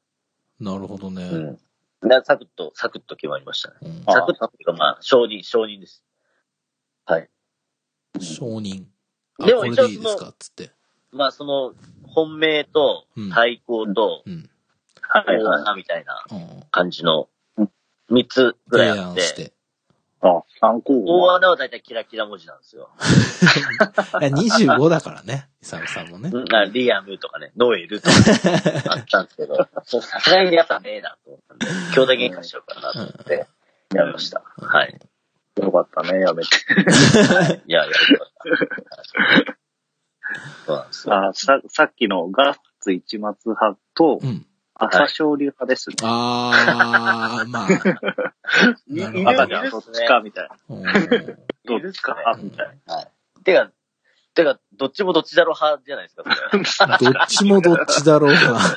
B: なるほどね。
A: うん。で、サクッと、サクッと決まりましたね。うん、サクッとっていうかまあ、承認、承認です。はい。
B: 承認。
A: でも一応
B: いいですかつって。
A: まあその、本命と、対抗と、うん。はいはい。みたいな感じの、三つぐらいあって。して。
C: あ、参考。
A: 大穴はだいたいキラキラ文字なんですよ。
B: いや、にじゅうごだからね。イサムさんもね。
A: リアムとかね、ノエルとか、ね、あったんですけど、さすがにやっぱねえなと思ったんで、兄弟喧嘩しようかなと思って、やめました。うん、はい。
C: よかったね、やめて。
A: いや、やめました。そうなんですよ。
C: あさ、さっきのガッツ一松派と、うん朝青龍派ですね。
B: はい、あー、まあ。
C: なるほど。どっちかみたいな。どっちか派みたいな。
A: はい。てか、てか、どっちもどっちだろう派じゃないですか、
B: それ。どっちもどっちだろう派。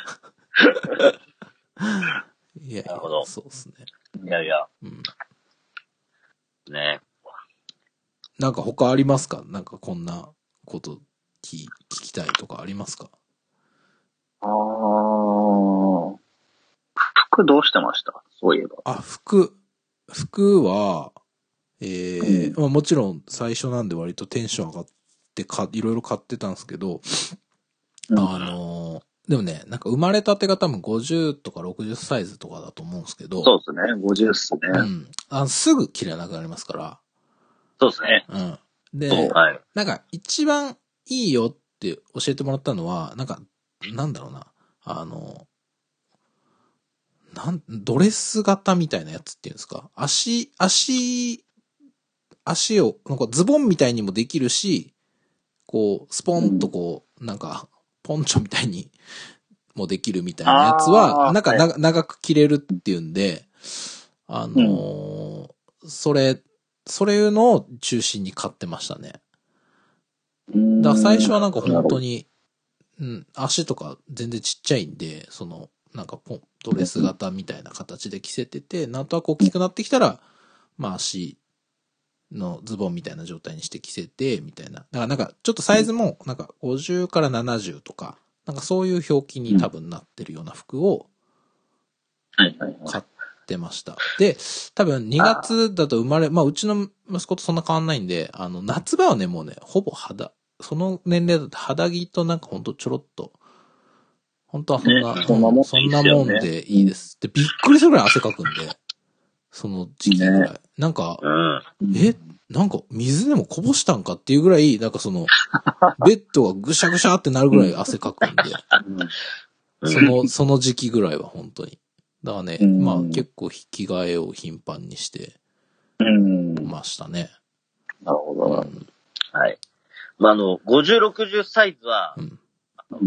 B: いや、なるほど。そうですね。
A: いやいや。うん。ね。
B: なんか他ありますか？なんかこんなこと聞、聞きたいとかありますか？
C: あー。服どうしてました？そういえば。
B: あ、服。服は、えー、うん、まあもちろん最初なんで割とテンション上がってか、いろいろ買ってたんですけど、うん、あのー、でもね、なんか生まれたてが多分ごじゅうとかろくじゅうサイズとかだと思うんですけど。
C: そうですね。ごじゅうっすね。
B: うん。あすぐ着れなくなりますから。
A: そうですね。
B: うん。で、はい、なんか一番いいよって教えてもらったのは、なんか、なんだろうな。あの、なん、ドレス型みたいなやつっていうんですか？足、足、足を、なんかズボンみたいにもできるし、こう、スポンとこう、なんか、ポンチョみたいにもできるみたいなやつは、なんかな、はい、長く着れるっていうんで、あのーうん、それ、それのを中心に買ってましたね。だから最初はなんか本当に、うん、足とか全然ちっちゃいんで、その、なんかポン、ドレス型みたいな形で着せてて、なんとなく大きくなってきたら、まあ足のズボンみたいな状態にして着せて、みたいな。だからなんかちょっとサイズも、なんかごじゅうからななじゅうとか、なんかそういう表記に多分なってるような服を、買ってました。で、多分にがつだと生まれ、まあうちの息子とそんな変わんないんで、あの、夏場はね、もうね、ほぼ肌、 その年齢だと肌着となんかほんとちょろっと、本当はそんな、
C: ね、そんなもんでいいですよね。
B: そんなもんでいいです。で、びっくりするぐらい汗かくんで、その時期ぐらい。ね、なんか、うん、え、なんか水でもこぼしたんかっていうぐらい、なんかその、ベッドがぐしゃぐしゃってなるぐらい汗かくんで、うん、その、その時期ぐらいは本当に。だからね、うん、まあ結構着替えを頻繁にしてましたね。
C: うん、なるほど、うん。
A: はい。まあ、あの、ごじゅう、ろくじゅうサイズは、うんうん、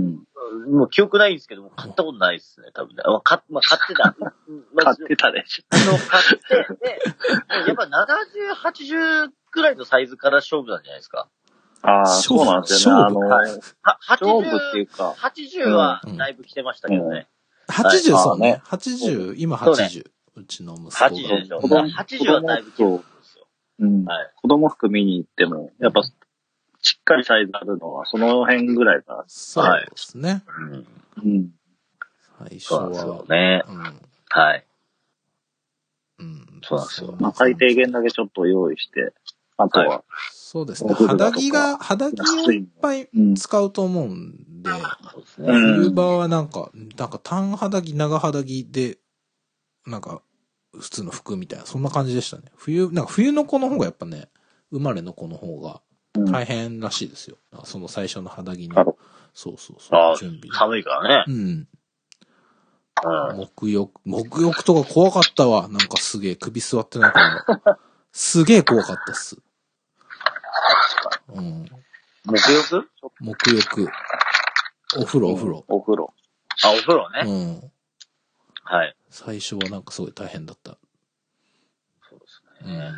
A: もう記憶ないんですけども、買ったことないですね、多分ね。まあ、買まあ、買ってた。
C: 買ってたでしょ。
A: あの、買って、で、やっぱななじゅう、はちじゅうくらいのサイズから勝負なんじゃないですか。
C: ああ、そうなんですよね。あの、はい、
A: 勝負っていうか。はちじゅうはだいぶ来てましたけどね。
B: うん、はちじゅう、そうね。はちじゅう、今はちじゅう。うちの息子が。
A: はちじゅうでしょ。はちじゅうはだいぶ来てるんですよ。
C: うん。はい。子供服見に行っても、やっぱ、しっかりサイズあるのは、その辺ぐらいか。
B: そうですね。
C: うん。
B: 最初は。
A: そうね。うん。はい。
B: うん。
A: そうなんですよ。
C: まあ、最低限だけちょっと用意して、あとは。はい、
B: そうですね。肌着が、肌着をいっぱい使うと思うんで、うん、冬場はなんか、なんか短肌着、長肌着で、なんか、普通の服みたいな、そんな感じでしたね。冬、なんか冬の子の方がやっぱね、生まれの子の方が大変らしいですよ。うん、その最初の肌着の。そうそうそう。
A: 準備。寒いからね。
B: うん。沐浴、沐浴とか怖かったわ。なんかすげえ首座ってないから。すげえ怖かったっす。うん。
A: 沐浴
B: 沐浴。お風呂、お風呂。
C: お風呂。
A: あ、お風呂ね。
B: うん。
A: はい。
B: 最初はなんかすごい大変だった。
A: そうですね。うん、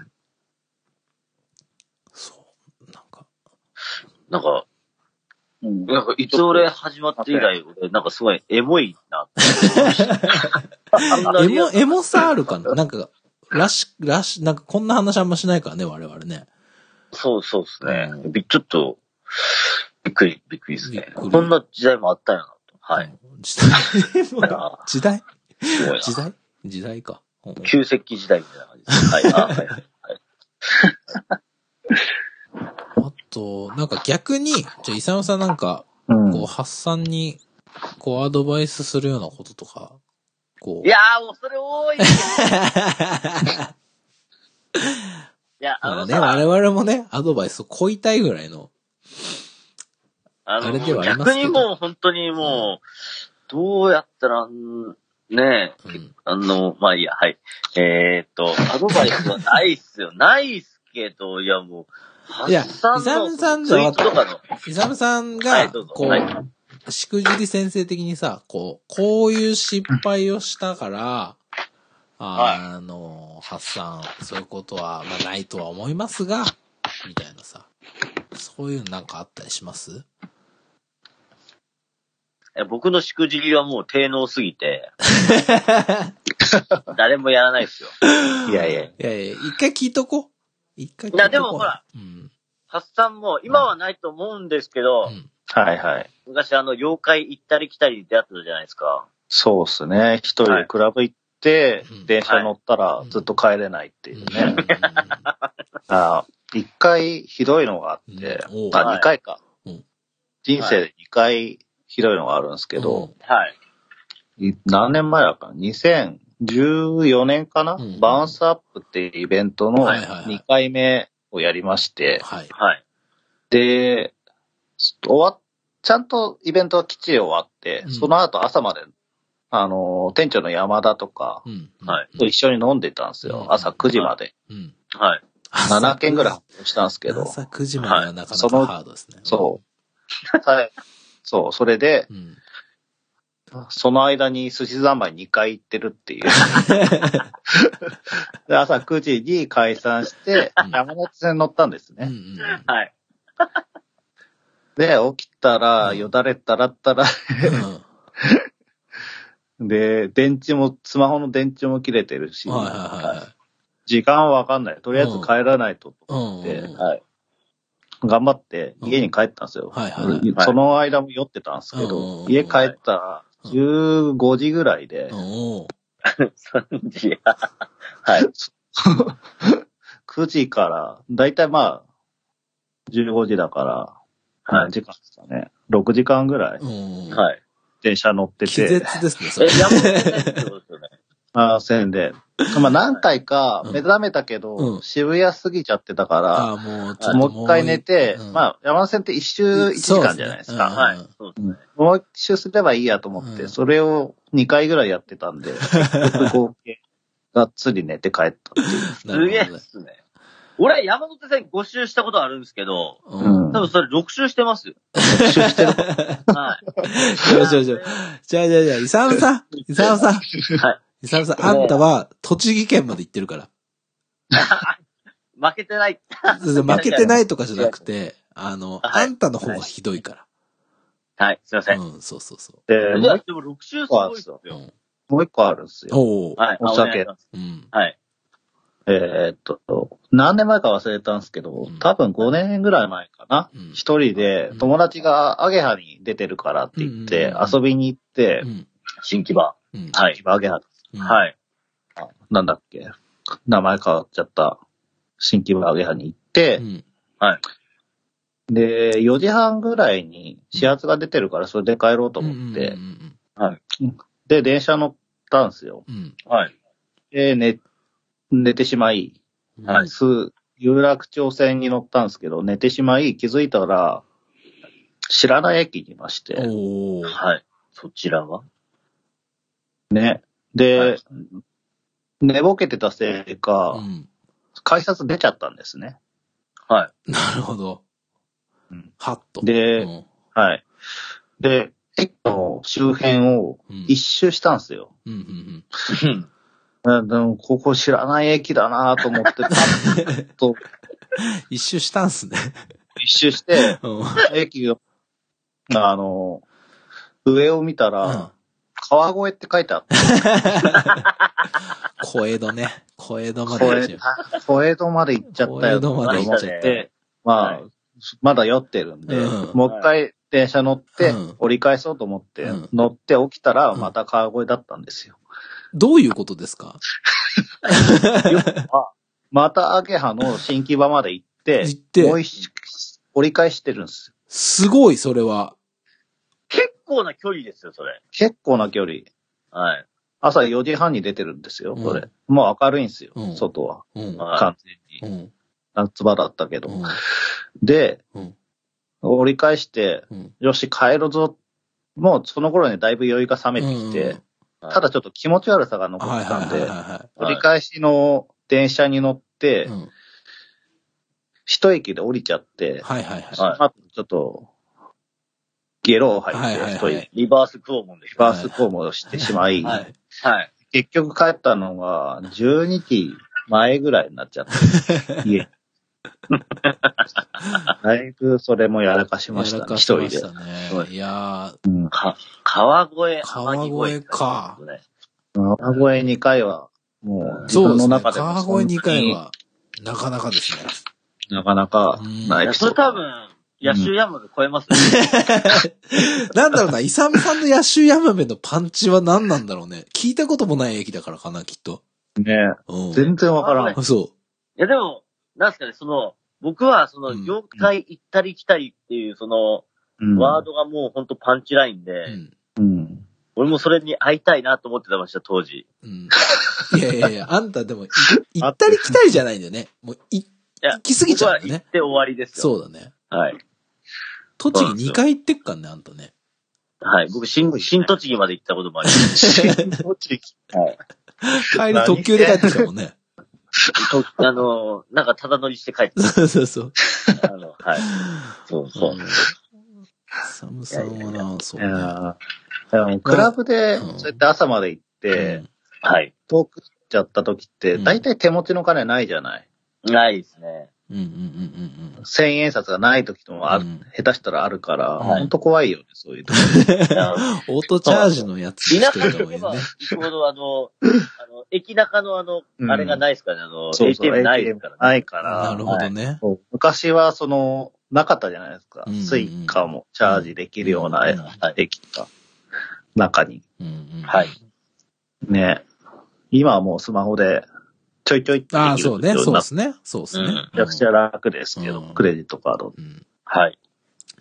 B: そう。なんか。
A: なんか、うん、なんかいつ俺始まって以来、俺なんかすごいエモいなって。
B: エモ、エモさあるかななんか、らし、らし、なんかこんな話あんましないからね、我々ね。
A: そうそうですね。うん、ちょっと、びっくり、びっくりですね。こんな時代もあったんやなと。はい。うん、
B: 時代時代時代時代か。
A: 旧石器時代みたいな感じです。はい。あ、はい。はい
B: あと、なんか逆に、じゃあ、イサムさんなんか、うん、こう、発散に、こう、アドバイスするようなこととか、こう。
A: いやー、もうそれ多いいや、あのさ、
B: まあね、我々もね、アドバイスを超いたいぐらいの、
A: あの、あれではありますけど。逆にもう本当にもう、どうやったら、ねえ、うん、あの、まあいいや、はい。えー、っと、アドバイスはないっすよ。ないっすけど、いやもう、
B: いや、イサムさんが、イサムさんが、はい、こう、はい、しくじり先生的にさ、こう、こういう失敗をしたから、あ, あの、発散、そういうことは、まあないとは思いますが、みたいなさ、そういうのなんかあったりします？
A: 僕のしくじりはもう低能すぎて、誰もやらないですよ。いやいや。
B: いやいや、一回聞いとこう。一回聞いとこう。
A: いや、でもほら、うん、発散も、今はないと思うんですけど、うん、
C: はいはい。
A: 昔あの、妖怪行ったり来たり出会ったじゃないですか。
C: そうっすね。一人でクラブ行って、はい、電車乗ったらずっと帰れないっていうね。あ一回ひどいのがあって、うん、あ、二回か。うん、人生で二回ひどいのがあるんですけど、うん、
A: はい。
C: 何年前だかな ?にせんじゅうよねんかな、うん、バウンスアップっていうイベントのにかいめをやりまして、
B: はい。
A: はい。
C: で、終わっ、ちゃんとイベントはきっちり終わって、うん、その後朝まで、あの、店長の山田とか、
A: はい。
C: と一緒に飲んでたんですよ。うん、朝くじまで。
A: うん。はい。
C: ななけんぐらい発表したんですけど。
B: 朝くじまではなかなかハードですね。
C: そう。はい。そう、それで、うんその間に寿司三昧にかい行ってるっていう。で朝くじに解散して、山手線乗ったんですね。
A: うんうんうん、はい。
C: で、起きたら、よだれたらったら、うん、で、電池も、スマホの電池も切れてるし、
B: はいはいはい、
C: 時間はわかんない。とりあえず帰らないとと思って、
A: うんはい、
C: 頑張って家に帰ったんですよ。
B: うんはいはいはい、
C: その間も酔ってたんですけど、家帰ったら、じゅうごじぐらいで。
A: さんじや。はい。
C: くじから、だいたいまあ、じゅうごじだから、 何時間ですかね。ろくじかんぐらい。
A: はい。
C: 電車乗ってて。
B: 気絶ですね、それ。
A: え、山手線ってことですよね。
C: ああ、線で。まあ何回か目覚めたけど、うん、渋谷過ぎちゃってたから、
B: あもうちょっと
C: もう一回寝て、うん、まあ山手線って一周いちじかんじゃないですか。
A: すねうん、はい。そうですね。
C: もう一周すればいいやと思って、うん、それをにかいぐらいやってたんで、結局合計がっつり寝て帰ったっていう。
A: すげえっすね。俺、山手線ご周したことあるんですけど、うん、多分それろく周してますよ。
C: ろく周してる
B: はい。よしよしよし。じゃあじゃあじゃあ、イサムさん、イサムさん。はい。イサムさん、あんたは栃木県まで行ってるから。
A: 負けてない。
B: 負けてないとかじゃなくて、あの、はい、あんたの方がひどいから。
A: はい、すいません。
B: うん、そうそうそう。
C: で、
A: じゃあでもろく周すごいですよ。
C: うん、もう一個あるんですよ。
B: お
A: はい。
C: お酒。
A: うん。はい。
C: えー、っと、何年前か忘れたんですけど、多分ごねんぐらい前かな。一、うん、人で友達がアゲハに出てるからって言って遊びに行って、
A: うん、新木場。
C: うん、はい。新木場アゲハ。
A: うん、はい。
C: なんだっけ。名前変わっちゃった新木場アゲハに行って、うん、
A: はい。
C: で、よじはんぐらいに始発が出てるからそれで帰ろうと思って、
A: はい。
C: で、電車乗ったんですよ。
A: うん、はい。
C: で、寝、寝てしまい、
A: はい。
C: す、有楽町線に乗ったんですけど、寝てしまい、気づいたら、知らない駅にいまして。
B: お
A: はい。そちらは
C: ね。で、はい、寝ぼけてたせいか、うん、改札出ちゃったんですね。
A: はい。
B: なるほど。
C: うん、
B: はっと。
C: で、
B: うん、
C: はい。で、駅の周辺を一周したんですよ。
B: うんうん
C: うんでも、ここ知らない駅だなと思って、パッと。
B: 一周したんすね。
C: 一周して、うん、駅を、あの、上を見たら、うん、川越って書いてあった。
B: 小江戸ね。小江戸まで行っちゃ
C: う。小江戸まで行っちゃったよ。
B: 小江戸まで行っちゃって。
C: まあ、はい、まだ酔ってるんで、うん、もう一回電車乗って、うん、折り返そうと思って、うん、乗って起きたら、また川越だったんですよ。
B: どういうことですか
C: またアゲハの新木場まで行って、
B: 行って
C: もう一折り返してるんですよ。
B: すごい、それは。
A: 結構な距離ですよ、それ。
C: 結構な距離。
A: はい。
C: 朝よじはんに出てるんですよ、それ。うん、もう明るいんですよ、うん、外は。
B: うん、
C: 完全に。うん、夏場だったけど。
B: うん、
C: で、
B: うん、
C: 折り返して、
B: うん、
C: よし、帰るぞ。もうその頃にだいぶ酔いが冷めてきて、うんうんただちょっと気持ち悪さが残ってたんで、折り返しの電車に乗って、うん、一駅で降りちゃって、
B: はいはいはい。
C: あとちょっと、ゲロを吐いて、はいはいはい、
A: リバースクオモンです。
C: リバースクオモンをしてしまい、
A: はいはい、
C: 結局帰ったのがじゅうにじまえぐらいになっちゃって、家。だいぶそれもやらかしましたね、一人で。
B: いや
C: ー、うん、
A: か川越、
B: 川越か。
C: 川越にかいは、もう自分の中でも
B: そうですね。川越にかいは、なかなかですね。
C: なかなかない。
A: それ多分、野州ヤマメ超えますね。
B: うん、なんだろうな、イサムさんの野州ヤマメのパンチは何なんだろうね。聞いたこともない駅だからかな、きっと。
C: ねえ。うん、全然わからん。
B: そう。
A: いやでも、なんすかね、その、僕はその、業界行ったり来たりっていう、その、うん、ワードがもうほんとパンチラインで、
C: うんうん、
A: 俺もそれに会いたいなと思ってました、当時。
B: うん、いやいやいや、あんたでも、行ったり来たりじゃないんだよね。もう、い、行き過ぎちゃうんだね。
A: 行って終わりですよ。
B: そうだね。
A: はい。
B: 栃木にかい行ってっかんね、あんたね。
A: はい。僕、新、新栃木まで行ったこともあります。
C: 新栃木。
A: はい。
B: 帰り特急で帰ってきたもんね。
A: あの、なんかただ乗りして帰ってきた。
B: そうそうそう。
A: あの、はい。そうそう。
B: サムさんはな、そうね。
C: でもクラブで、そうやって朝まで行って、
A: はい。
C: 遠く行っちゃった時って、だいたい手持ちの金ないじゃない。
A: ないですね。
B: うんうんうんうん。
C: 千円札がない時もある、下手したらあるから、ほんと怖いよね、そういう時。
B: オートチャージのやつにしてた方がいいね。
A: ちょうどあの、あの、駅中のあの、あれがないですからね、あの、エーティーエム ないですからね。
C: ないから。
B: なるほどね。
C: 昔はその、なかったじゃないですか。スイカもチャージできるような駅が、中に。
A: はい。
C: ね。今はもうスマホで、ちょいちょいってできる。
B: ああ、そうね。そうですね。そうですね。
C: めちゃくちゃ楽ですけど、クレジットカード。
A: はい。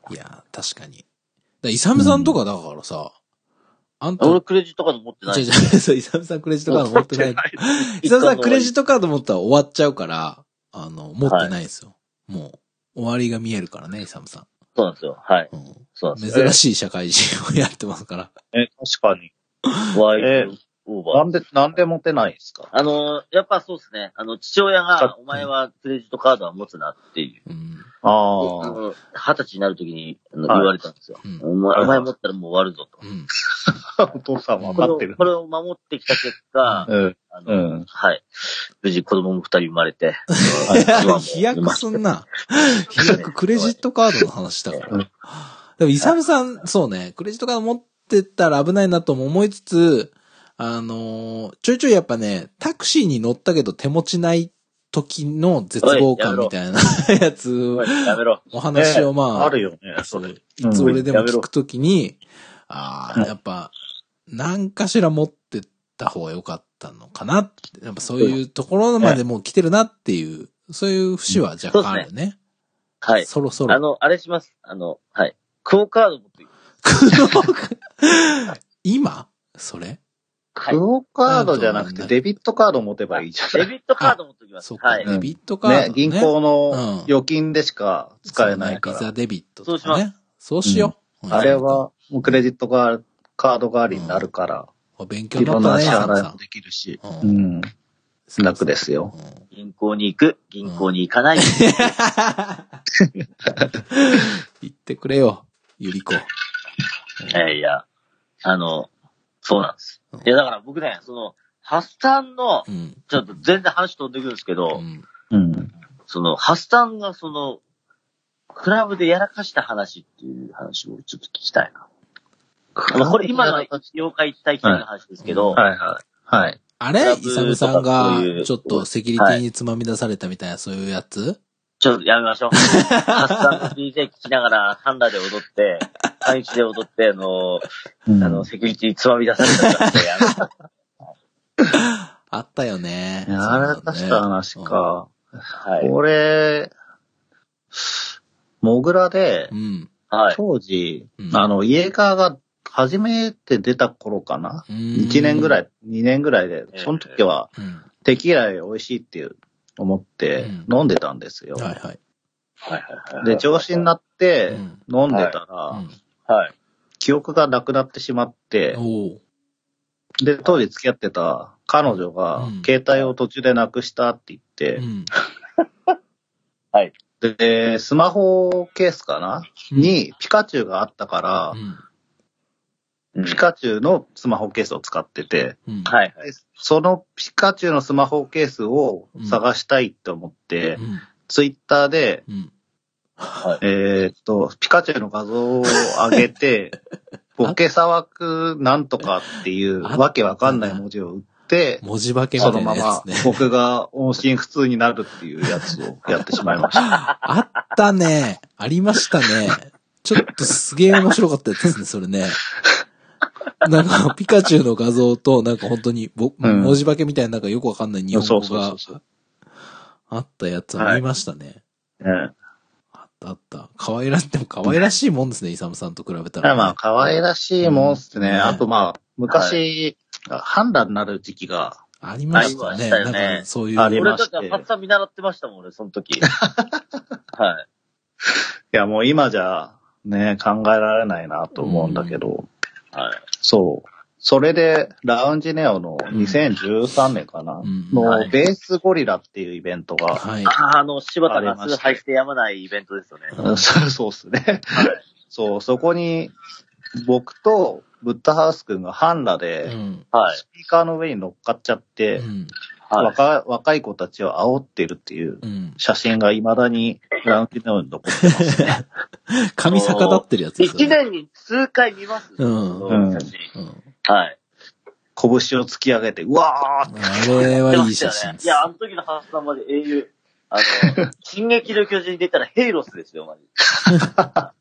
B: いや、確かに。だイサムさんとかだからさ、
A: うん、あんた。俺クレジットカード持ってない。
B: じゃじゃ、そう、イサムさんクレジットカード持ってない。イサムさんクレジットカード持ったら終わっちゃうから、あの、持ってないんですよ。はい、もう、終わりが見えるからね、イサムさん。
A: そうなんですよ。はい。うん、そうなんですよ。
B: 珍しい社会人をやってますから。
C: え、確かに。ワイドオーバー。なんで、なんで持てないんですか？
A: あの、やっぱそうですね。あの、父親が、お前はクレジットカードは持つなっていう。うん、ああ。二十歳になるときに言われたんですよ。はい、お前、お前持ったらもう終わるぞと。うん、
C: お父さんは分かってる。
A: これを守ってきた結果、うん、あの、うん、はい。無事子供も二人生まれて。
B: 飛躍すんな。飛躍クレジットカードの話だから。でも、イサムさん、そうね、クレジットカード持ってたら危ないなとも思いつつ、あのー、ちょいちょいやっぱね、タクシーに乗ったけど手持ちない時の絶望感みたいなやつ、お話をまあ、
C: あるよね、それ。い
B: つ俺でも聞くときに、ああ、やっぱ、何かしら持ってった方が良かったのかなって、やっぱそういうところまでもう来てるなっていう、そういう節は若干あるね。
A: はい。
B: そろそろ。
A: あの、あれします。あの、はい。クオカード持っていく。
B: 今それ
C: クオカードじゃなくてデビットカード持てばいいじゃん。
A: デビットカード持ってきます。
B: そうか、はい。デビットカード、ね。
C: ね、銀行の預金でしか使えないから。
B: ビザデビットとかね。
A: そうします。
B: そうしよう。
C: うん、あれは、もうクレジットカード代わりになるから。
B: うん、勉強になったね。
C: いろんな支払いもできるし。うん。うん、楽ですよ。
A: 銀行に行く、銀行に行かない。
B: 言ってくれよ、ゆりこ。
A: いやいや、あの、そうなんです。いや、だから僕ね、その、ハスタンの、うん、ちょっと全然話飛んでくるんですけど、うん、その、ハスタンがその、クラブでやらかした話っていう話をちょっと聞きたいな。あの、これ今の妖怪一体系の話ですけど、
C: はい、はいはい。はい。
B: あれイサムさんが、ちょっとセキュリティにつまみ出されたみたいな、そういうやつ、
A: ちょっとやめましょう。ハッサンの ディージェー 聞きながら、ハンダで踊って、パンチで踊って、あの、うん、あの、セキュリティにつまみ出されたってやめ
B: あったよね。
C: やらかした話か。うん、はい。俺、モグラで、うん、当時、うん、あの、イエーガーが初めて出た頃かな。いちねんぐらい、にねんぐらいで、その時は、テキーラより美味しいっていう、思って飲んでたんですよ。うん、はいはい。で、調子になって飲んでたら、はいはい、記憶がなくなってしまって、で、当時付き合ってた彼女が、携帯を途中でなくしたって言って、うん、はい。で、スマホケースかな、うん、にピカチュウがあったから、うん、ピカチュウのスマホケースを使ってて、うんはい、そのピカチュウのスマホケースを探したいって思って、うん、ツイッターで、うんはい、えー、っと、ピカチュウの画像を上げて、ボケ騒くなんとかっていうわけわかんない文字を打って、
B: 文字化けみたいなやつね。
C: そのまま僕が音信不通になるっていうやつをやってしまいました。
B: あったね。ありましたね。ちょっとすげえ面白かったやつですね、それね。なんか、ピカチュウの画像と、なんか本当にぼ、うん、文字化けみたいななんかよくわかんない日本語があったやつありましたね。はいうん、あったあった。可愛らしい、でも可愛らしいもんですね、イサムさんと比べたら、ね。
C: まあ、可愛らしいもんですね。うん、ねあとまあ、昔、はい、判断になる時期が
B: ありましたね。
A: なん
B: かそういう。
C: ありました。
A: 俺だって、パッサ見習ってましたもん、俺、その時。はい。
C: いや、もう今じゃ、ね、考えられないなと思うんだけど。うんはい。そう。それで、ラウンジネオのにせんじゅうさんねんかな、うん、の、ベースゴリラっていうイベントが、
A: はい。あ、あの、柴田が数入ってやまないイベントですよね。
C: そうそうっすね。はい。そう、そこに、僕とブッダハウス君がハンラで、うん、スピーカーの上に乗っかっちゃって、うんはい、若, 若い子たちを煽ってるっていう写真が未だにラウンジネオに残ってますね。
B: 髪逆立ってるやつです
A: よね。一年に数回見ます、うん、その写真、うん。はい。
C: 拳を突き上げて、うわーって。
B: あれはいい写真です。
A: いや、あの時のハンさんまで英雄。あの、進撃の巨人出たらヘイロスですよ、マジで。はい、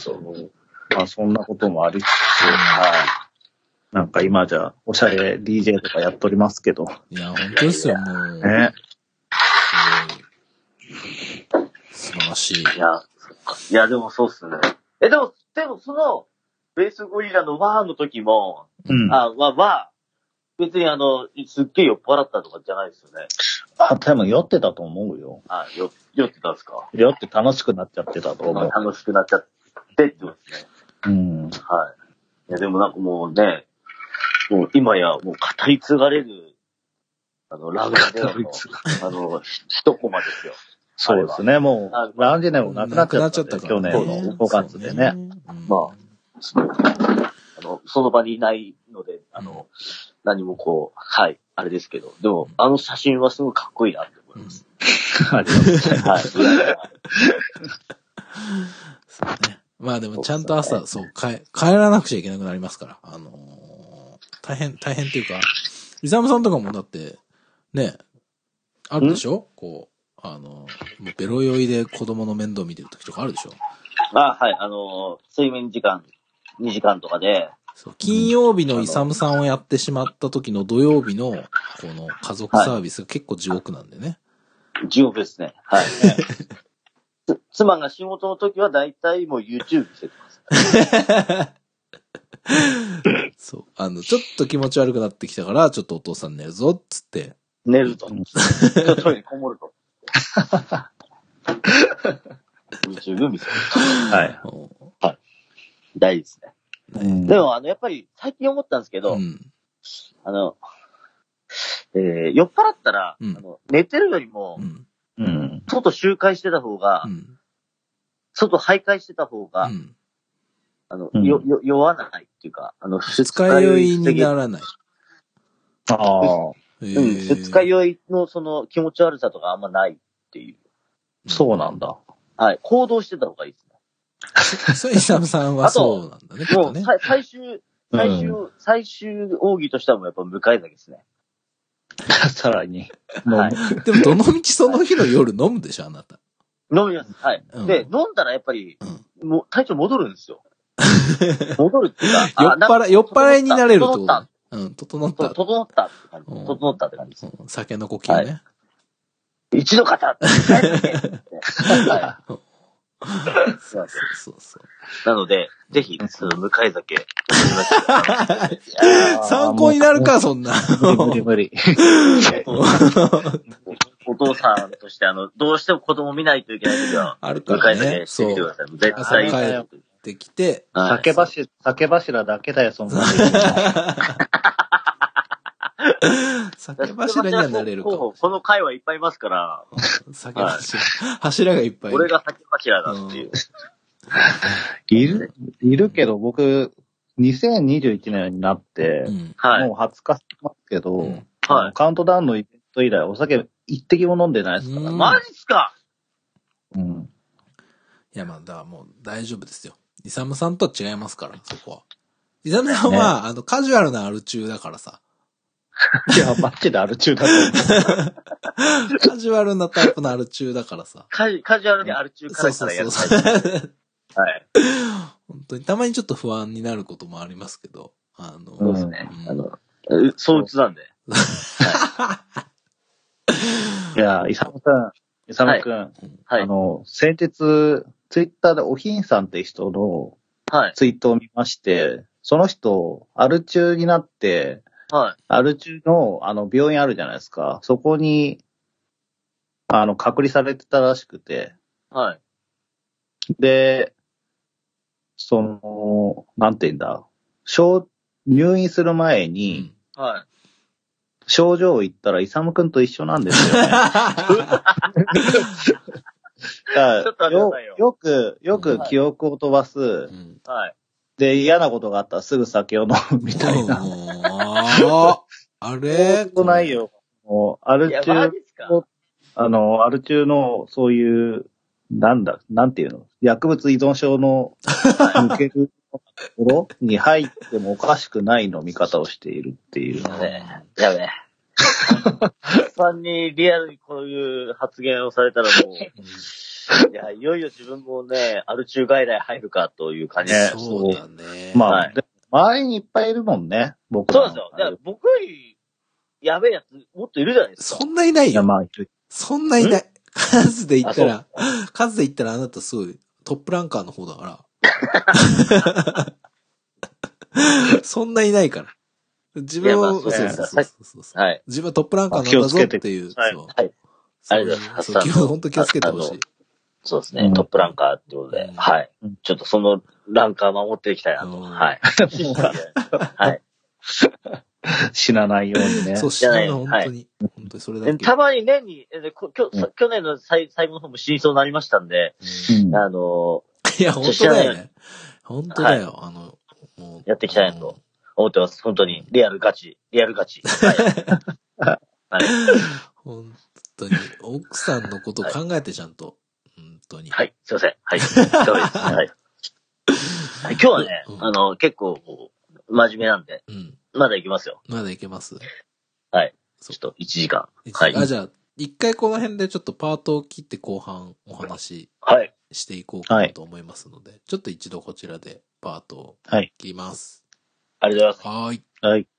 C: そう。まあ、そんなこともありつつ、はい。なんか今じゃおしゃれ ディージェー とかやっておりますけど。
B: いや、本当ですよ、もう。
C: ね。
B: 素晴らしい。
A: いや、 いや、でもそうっすね。え、でも、でもその、ベースゴリラのワーの時も、うん、あ、まあ、まあ、別にあの、すっげえ酔っ払ったとかじゃないですよね。
C: あ、多分酔ってたと思うよ。
A: あ、酔、酔ってたんですか？
C: 酔って楽しくなっちゃってたと思う。
A: 楽しくなっちゃってってことですね。
C: うん。
A: はい。いや、でもなんかもうね、もう今やもう語り継がれる、あの、ラウンジネオの、あの、一コマですよ。
C: そうですね、もう、ラウンジネオなくなっちゃった、ね、去年のごがつでね。
A: ねまあ、あの、その場にいないので、あの、何もこう、はい、あれですけど、でも、あの写真はすごいかっこいいなって思います。
C: ありがとうございます。はい。
B: そうね。まあでもちゃんと朝、そう、帰、帰らなくちゃいけなくなりますから。あのー、大変、大変っていうか、イサムさんとかもだって、ね、あるでしょ？こう、あの、もうベロ酔いで子供の面倒見てる時とかあるでしょ？
A: あ、はい、あの、睡眠時間、にじかんとかで、
B: そう、金曜日のイサムさんをやってしまった時の土曜日の、この家族サービスが結構地獄なんでね。
A: はい、地獄ですね。はい。妻が仕事の時はだいたいもう YouTube 見せてます。
B: そう。あの、ちょっと気持ち悪くなってきたから、ちょっとお父さん寝るぞ、っつって。
A: 寝ると。ちょっとトイレにこもると。YouTube 見せてます。はい。はい。大事ですね。うん、でも、あの、やっぱり、最近思ったんですけど、うん、あの、えー、酔っ払ったら、うん、あの寝てるよりも、うん、外周回してた方が、うん、外徘徊してた方が、うん、あの、うん、よ、よ、酔わないっていうか、あの、
B: 二日酔いにならない。
A: ああ。うん、二日酔いのその気持ち悪さとかあんまないっていう。
C: そうなんだ。
A: はい。行動してた方がいいですね。
B: それ、イサムさんはそうなんだね。
A: もう、ね、最終、最終、うん、最終奥義としてはもうやっぱ向かい酒ですね。
C: さらに。
B: はい。でも、どの道その日の夜飲むでしょ、あなた。
A: 飲みます。はい。うん、で、飲んだらやっぱり、うん、もう体調戻るんですよ。戻るっていうか、
B: 酔っ払い、酔っ払いになれるってことだ。うん、整った。
A: 整ったって感じ。整ったって感じです。
B: うん、酒の呼吸ね。
A: はい、一度肩ってはい。
B: そうそうそう。
A: なので、ぜひ、その、向かい酒。
B: 参考になるか、そんな。
C: 無理無理。
A: お父さんとして、あの、どうしても子供見ないといけないときは、
B: あるからね。
A: 向かい酒してみてください。絶対
B: 帰ってきて、
C: 酒柱、酒柱だけだよ、そんな。
B: 酒柱にはなれるか。
A: この会はいっぱいいますから。
B: 酒柱。柱がいっぱいいる。
A: 俺が酒柱だっていう。
C: いる、いるけど、僕、にせんにじゅういちねんになって、うん、もうはつか過ぎますけど、うんはい、カウントダウンのイベント以来、お酒一滴も飲んでないですから、ね。
A: マジっすか？
C: うん。
B: いや、まあ、だからもう大丈夫ですよ。イサムさんとは違いますから、そこは。イサムさんは、ね、あの、カジュアルなアル中だからさ。
C: いや、マジでアル中だと思
B: う。カジュアルなタイプのアル中だからさ。
A: カジ、カジュアルにアル中からしたらやるタイプ。そうそうそうはい。
B: 本当に、たまにちょっと不安になることもありますけど、あの、
A: そうですね。うん、あの、そううつなんで。は
C: い、いや、イサムさん、イサムくん、はいはい、あの、先日、ツイッターでおひんさんって人のツイートを見まして、はい、その人、アル中になって、はい。アル中の、あの、病院あるじゃないですか。そこに、あの、隔離されてたらしくて。
A: はい。
C: で、その、なんて言うんだ。症、入院する前に、
A: はい。
C: 症状を言ったら、イサムくんと一緒なんですよね。よ, よく、よく記憶を飛ばす。
A: はい。
C: で、嫌なことがあったらすぐ酒を飲むみたいな。
B: ああれ
C: そうないよ。もう、アル中、あの、アル中の、そういう、なんだ、なんていうの、薬物依存症の抜けるところに入ってもおかしくない飲み方をしているっていう。
A: やべえ。やべえ。さんにリアルにこういう発言をされたらもう、いや、いよいよ自分もね、アル中外来入るかという感じです。
B: ね、そうだね。
C: まあ、はい、周りにいっぱいいるもんね、僕
A: そうですよ。だから僕より、やべえやつ、もっといるじゃないですか。
B: そんないないよ。
C: いや、まあ、
B: そんないない。数で言ったら、数で言ったらあなたすごいトップランカーの方だから。そんないないから。自分は、そうそうそうそうそう。はい。自分はトップランカーなんだぞっていう。
A: はい。はい。ありがとうございます。
B: そう、本当気をつけてほしい。
A: そうですね、うん、トップランカーってことで、うん、はい。ちょっとそのランカー守っていきたいなと。うん、はい。はい。
C: 死なないようにね。
B: そう、死なない、本当に。はい、本当にそれだけ。
A: たまに年に、きょうん、去年の最最後の方も死にそうになりましたんで、うん、あの
B: ー、いや、本当だよね。本当だよ、はい、あの、
A: もう。やっていきたいなと思ってます。本当に。リアルガチ。リアルガチ。はい。はい、
B: 本当に。奥さんのことを考えてちゃんと。本当に。
A: はい、すいません。はい。ダメです。はい。今日はね、うん、あの、結構、真面目なんで、うん、まだいけますよ。
B: まだいけます。
A: はい。ちょっといちじかん。
B: はい。あ、じゃあ、一回この辺でちょっとパートを切って後半お話していこうかなと思いますので、はい、ちょっと一度こちらでパートを切ります。
A: はい、ありがとうございます。
B: はい。
C: はい。